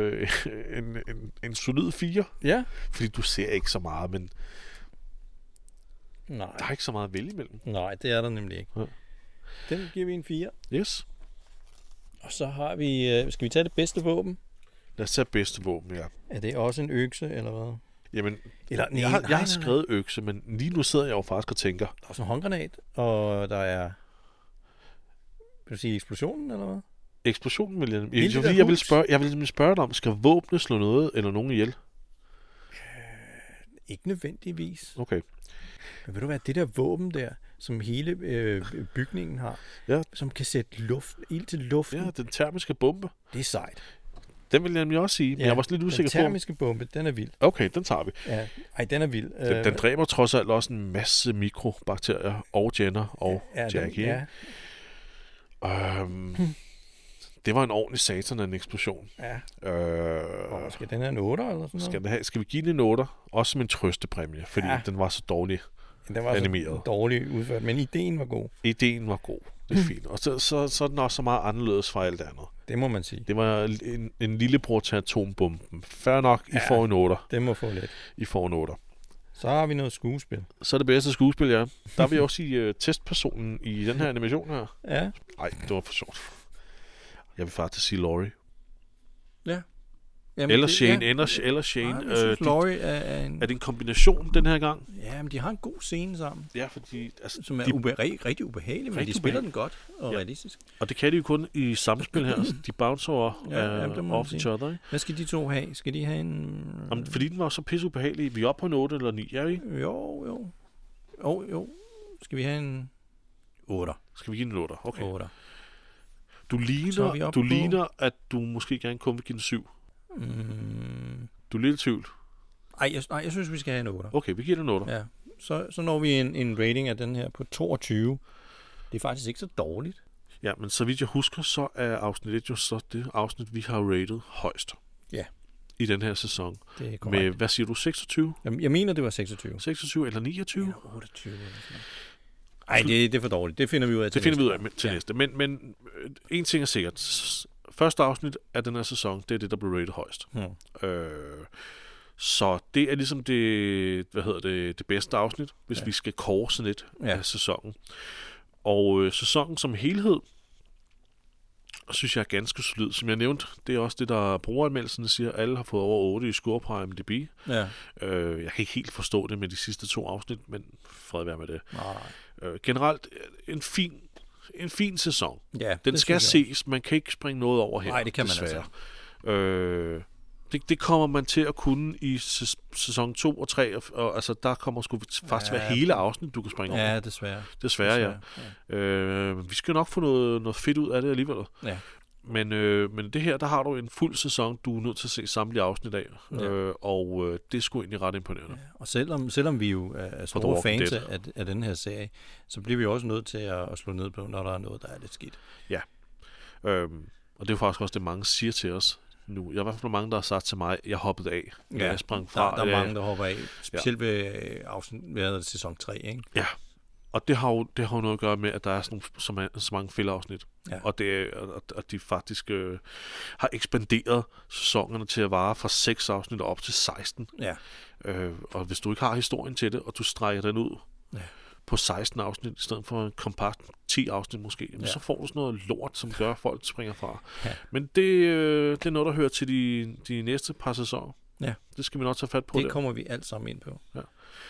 en solid 4. Ja. Fordi du ser ikke så meget, men... Nej. Der er ikke så meget at vælge imellem. Nej, det er der nemlig ikke. Ja. Den giver vi en 4. Yes. Og så har vi... skal vi tage det bedste våben? Lad os tage bedste våben, ja. Er det også en økse, eller hvad? Jamen, jeg har skrevet økse, men lige nu sidder jeg jo faktisk og tænker... Der er også en håndgranat, og der er... Vil du sige eksplosionen, eller hvad? Eksplosionen, William. Jeg vil spørge dig om, skal våbne slå noget eller nogen ihjel? Ikke nødvendigvis. Okay. Men ved du hvad, det der våben der, som hele bygningen har, som kan sætte ild til luften. Ja, den termiske bombe. Det er sejt. Den vil jeg nemlig også sige, men jeg var lidt usikker på. Den termiske bombe, den er vild. Okay, den tager vi. Ja, den er vild. Den dræber trods alt også en masse mikrobakterier og Jenner og Jackie. Det var en ordentlig satan af en eksplosion. Ja. Skal den have en 8 eller sådan noget? Skal vi give den en 8? Også som en trøstepræmie, fordi den var så dårlig animeret. Så dårlig udført, men ideen var god. Ideen var god. Det er fint. Og så er den også så meget anderledes fra alt andet. Det må man sige. Det var en lillebror til atombomben. Fair nok, I får en 8. Det må få lidt. I får en 8. Så har vi noget skuespil. Så er det bedste skuespil, ja. Der vil jeg også sige testpersonen i den her animation her. Ja. Nej, det var for sjovt. Jeg vil faktisk sige Laurie. Ja. Jamen, eller Shane. Eller Shane. Jeg synes, Laurie er en... Er det en kombination den her gang? Ja, men de har en god scene sammen. Ja, fordi... Altså, som er rigtig ubehagelig, men de spiller den godt og realistisk. Og det kan de jo kun i samspil her. De bouncer off each other. Hvad skal de to have? Skal de have en... Jamen, fordi den var så pisse ubehagelig. Vi er oppe på en 8 eller 9, er vi? Jo. Skal vi have en 8? Skal vi give en 8? Okay. 8. Du ligner, at du måske gerne kun vil give en 7. Du er lidt i tvivl. Nej, jeg synes, vi skal have en 8. Okay, vi giver den 8. Ja. Så når vi en rating af den her på 22. Det er faktisk ikke så dårligt. Ja, men så vidt jeg husker, så er afsnit 1 jo så det afsnit, vi har rated højst. Ja. I den her sæson. Det er korrekt. Med, hvad siger du, 26? Jamen, jeg mener, det var 26. 26 eller 29? Ja, 28 eller sådan. Ej, det er for dårligt. Det finder vi ud af til næste. Men en ting er sikkert. Første afsnit af den her sæson, det er det, der blev rated højst. Så det er ligesom det bedste afsnit, hvis vi skal kåre sådan et af sæsonen. Og sæsonen som helhed, synes jeg er ganske solid. Som jeg nævnte, det er også det, der brugeranmeldelserne siger. Alle har fået over 8 i score på IMDb. Ja. Jeg kan ikke helt forstå det med de sidste 2 afsnit, men fred være med det. Nej. Generelt en fin sæson. Ja, den skal ses. Man kan ikke springe noget over her. Nej, det kan desværre. Man altså. Det kommer man til at kunne i sæson 2 og 3, og altså der kommer sgu faktisk være hele afsnit, du kan springe over. Ja, desværre. Desværre. Vi skal nok få noget fedt ud af det alligevel. Ja. Men det her, der har du en fuld sæson, du er nødt til at se samtlige afsnit af, og det er sgu egentlig ret imponerende. Ja. Og selvom vi jo er store fans af den her serie, så bliver vi også nødt til at slå ned på, når der er noget, der er lidt skidt. Ja. Og det er jo faktisk også det, mange siger til os nu. Jeg har i hvert fald mange, der har sagt til mig, jeg hoppede af. Jeg sprang fra. Der er mange, der hopper af. Specielt ved afsnit sæson 3, ikke? Ja. Og det har jo noget at gøre med, at der er så mange filler-afsnit. Ja. Og at de faktisk har ekspanderet sæsonerne til at vare fra 6 afsnit op til 16. Ja. Og hvis du ikke har historien til det, og du strækker den ud på 16 afsnit, i stedet for en kompakt 10 afsnit måske, så får du sådan noget lort, som gør, at folk springer fra. Ja. Men det er noget, der hører til de næste par sæsoner. Ja. Det skal vi nok tage fat på. Det kommer vi alt sammen ind på. Ja.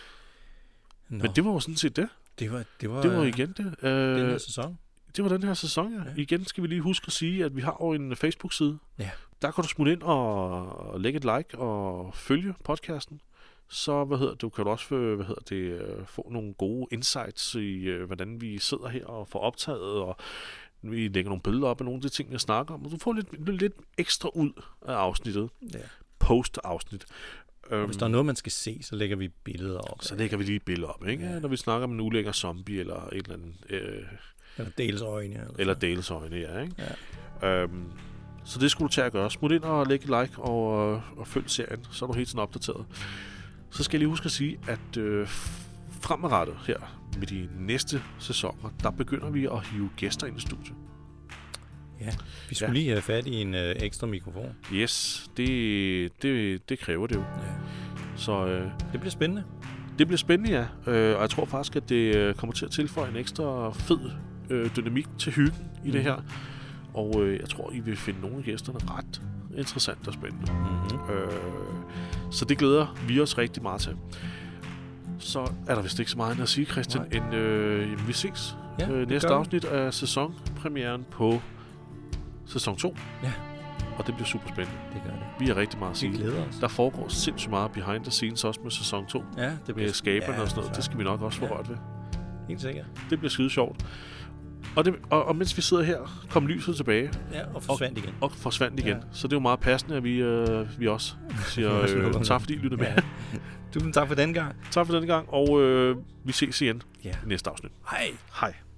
Men det var jo sådan set det. Det var igen det. Den her sæson. Det var den her sæson, ja. Igen skal vi lige huske at sige, at vi har jo en Facebook-side. Ja. Der kan du smutte ind og lægge et like og følge podcasten. Så du kan du også få nogle gode insights i, hvordan vi sidder her og får optaget, og vi lægger nogle billeder op af nogle af de ting, jeg snakker om. Og du får lidt ekstra ud af afsnittet. Ja. Post-afsnit. Hvis der er noget, man skal se, så lægger vi billeder op. Så lægger vi lige et billede op, ikke? Ja. Når vi snakker om en ulækker zombie, eller et eller andet... eller Dales øjne. Eller Dales øjne, ja, ikke? Ja. Så det skulle du tage at gøre. Smut ind og lægge et like og følg serien, så er du helt sådan opdateret. Så skal jeg lige huske at sige, at fremadrettet her med de næste sæsoner, der begynder vi at hive gæster ind i studiet. Ja, vi skulle lige have fat i en ekstra mikrofon. Yes, det kræver det jo. Ja. Så det bliver spændende. Det bliver spændende, ja. Og jeg tror faktisk, at det kommer til at tilføje en ekstra fed dynamik til hyggen i det her. Og jeg tror, I vil finde nogle af gæsterne ret interessant og spændende. Så det glæder vi os rigtig meget til. Så er der vist ikke så meget at sige, Christian, end vi ses næste afsnit af sæsonpremieren på sæson 2. Ja. Og det bliver super spændende. Det gør det. Vi har rigtig meget at sige. Vi glæder os. Der foregår sindssygt meget behind the scenes også med sæson 2. Ja, det bliver med skaberne og sådan noget. Det skal vi nok også få rørt ved. Helt sikkert. Det bliver skide sjovt. Og mens vi sidder her, kom lyset tilbage. Ja, og forsvandt igen. Og forsvandt igen. Ja. Så det er jo meget passende, at vi også siger tak fordi I lyttede med. Tusind tak for den gang. Tak for den gang, og vi ses igen i næste afsnit. Hej. Hej.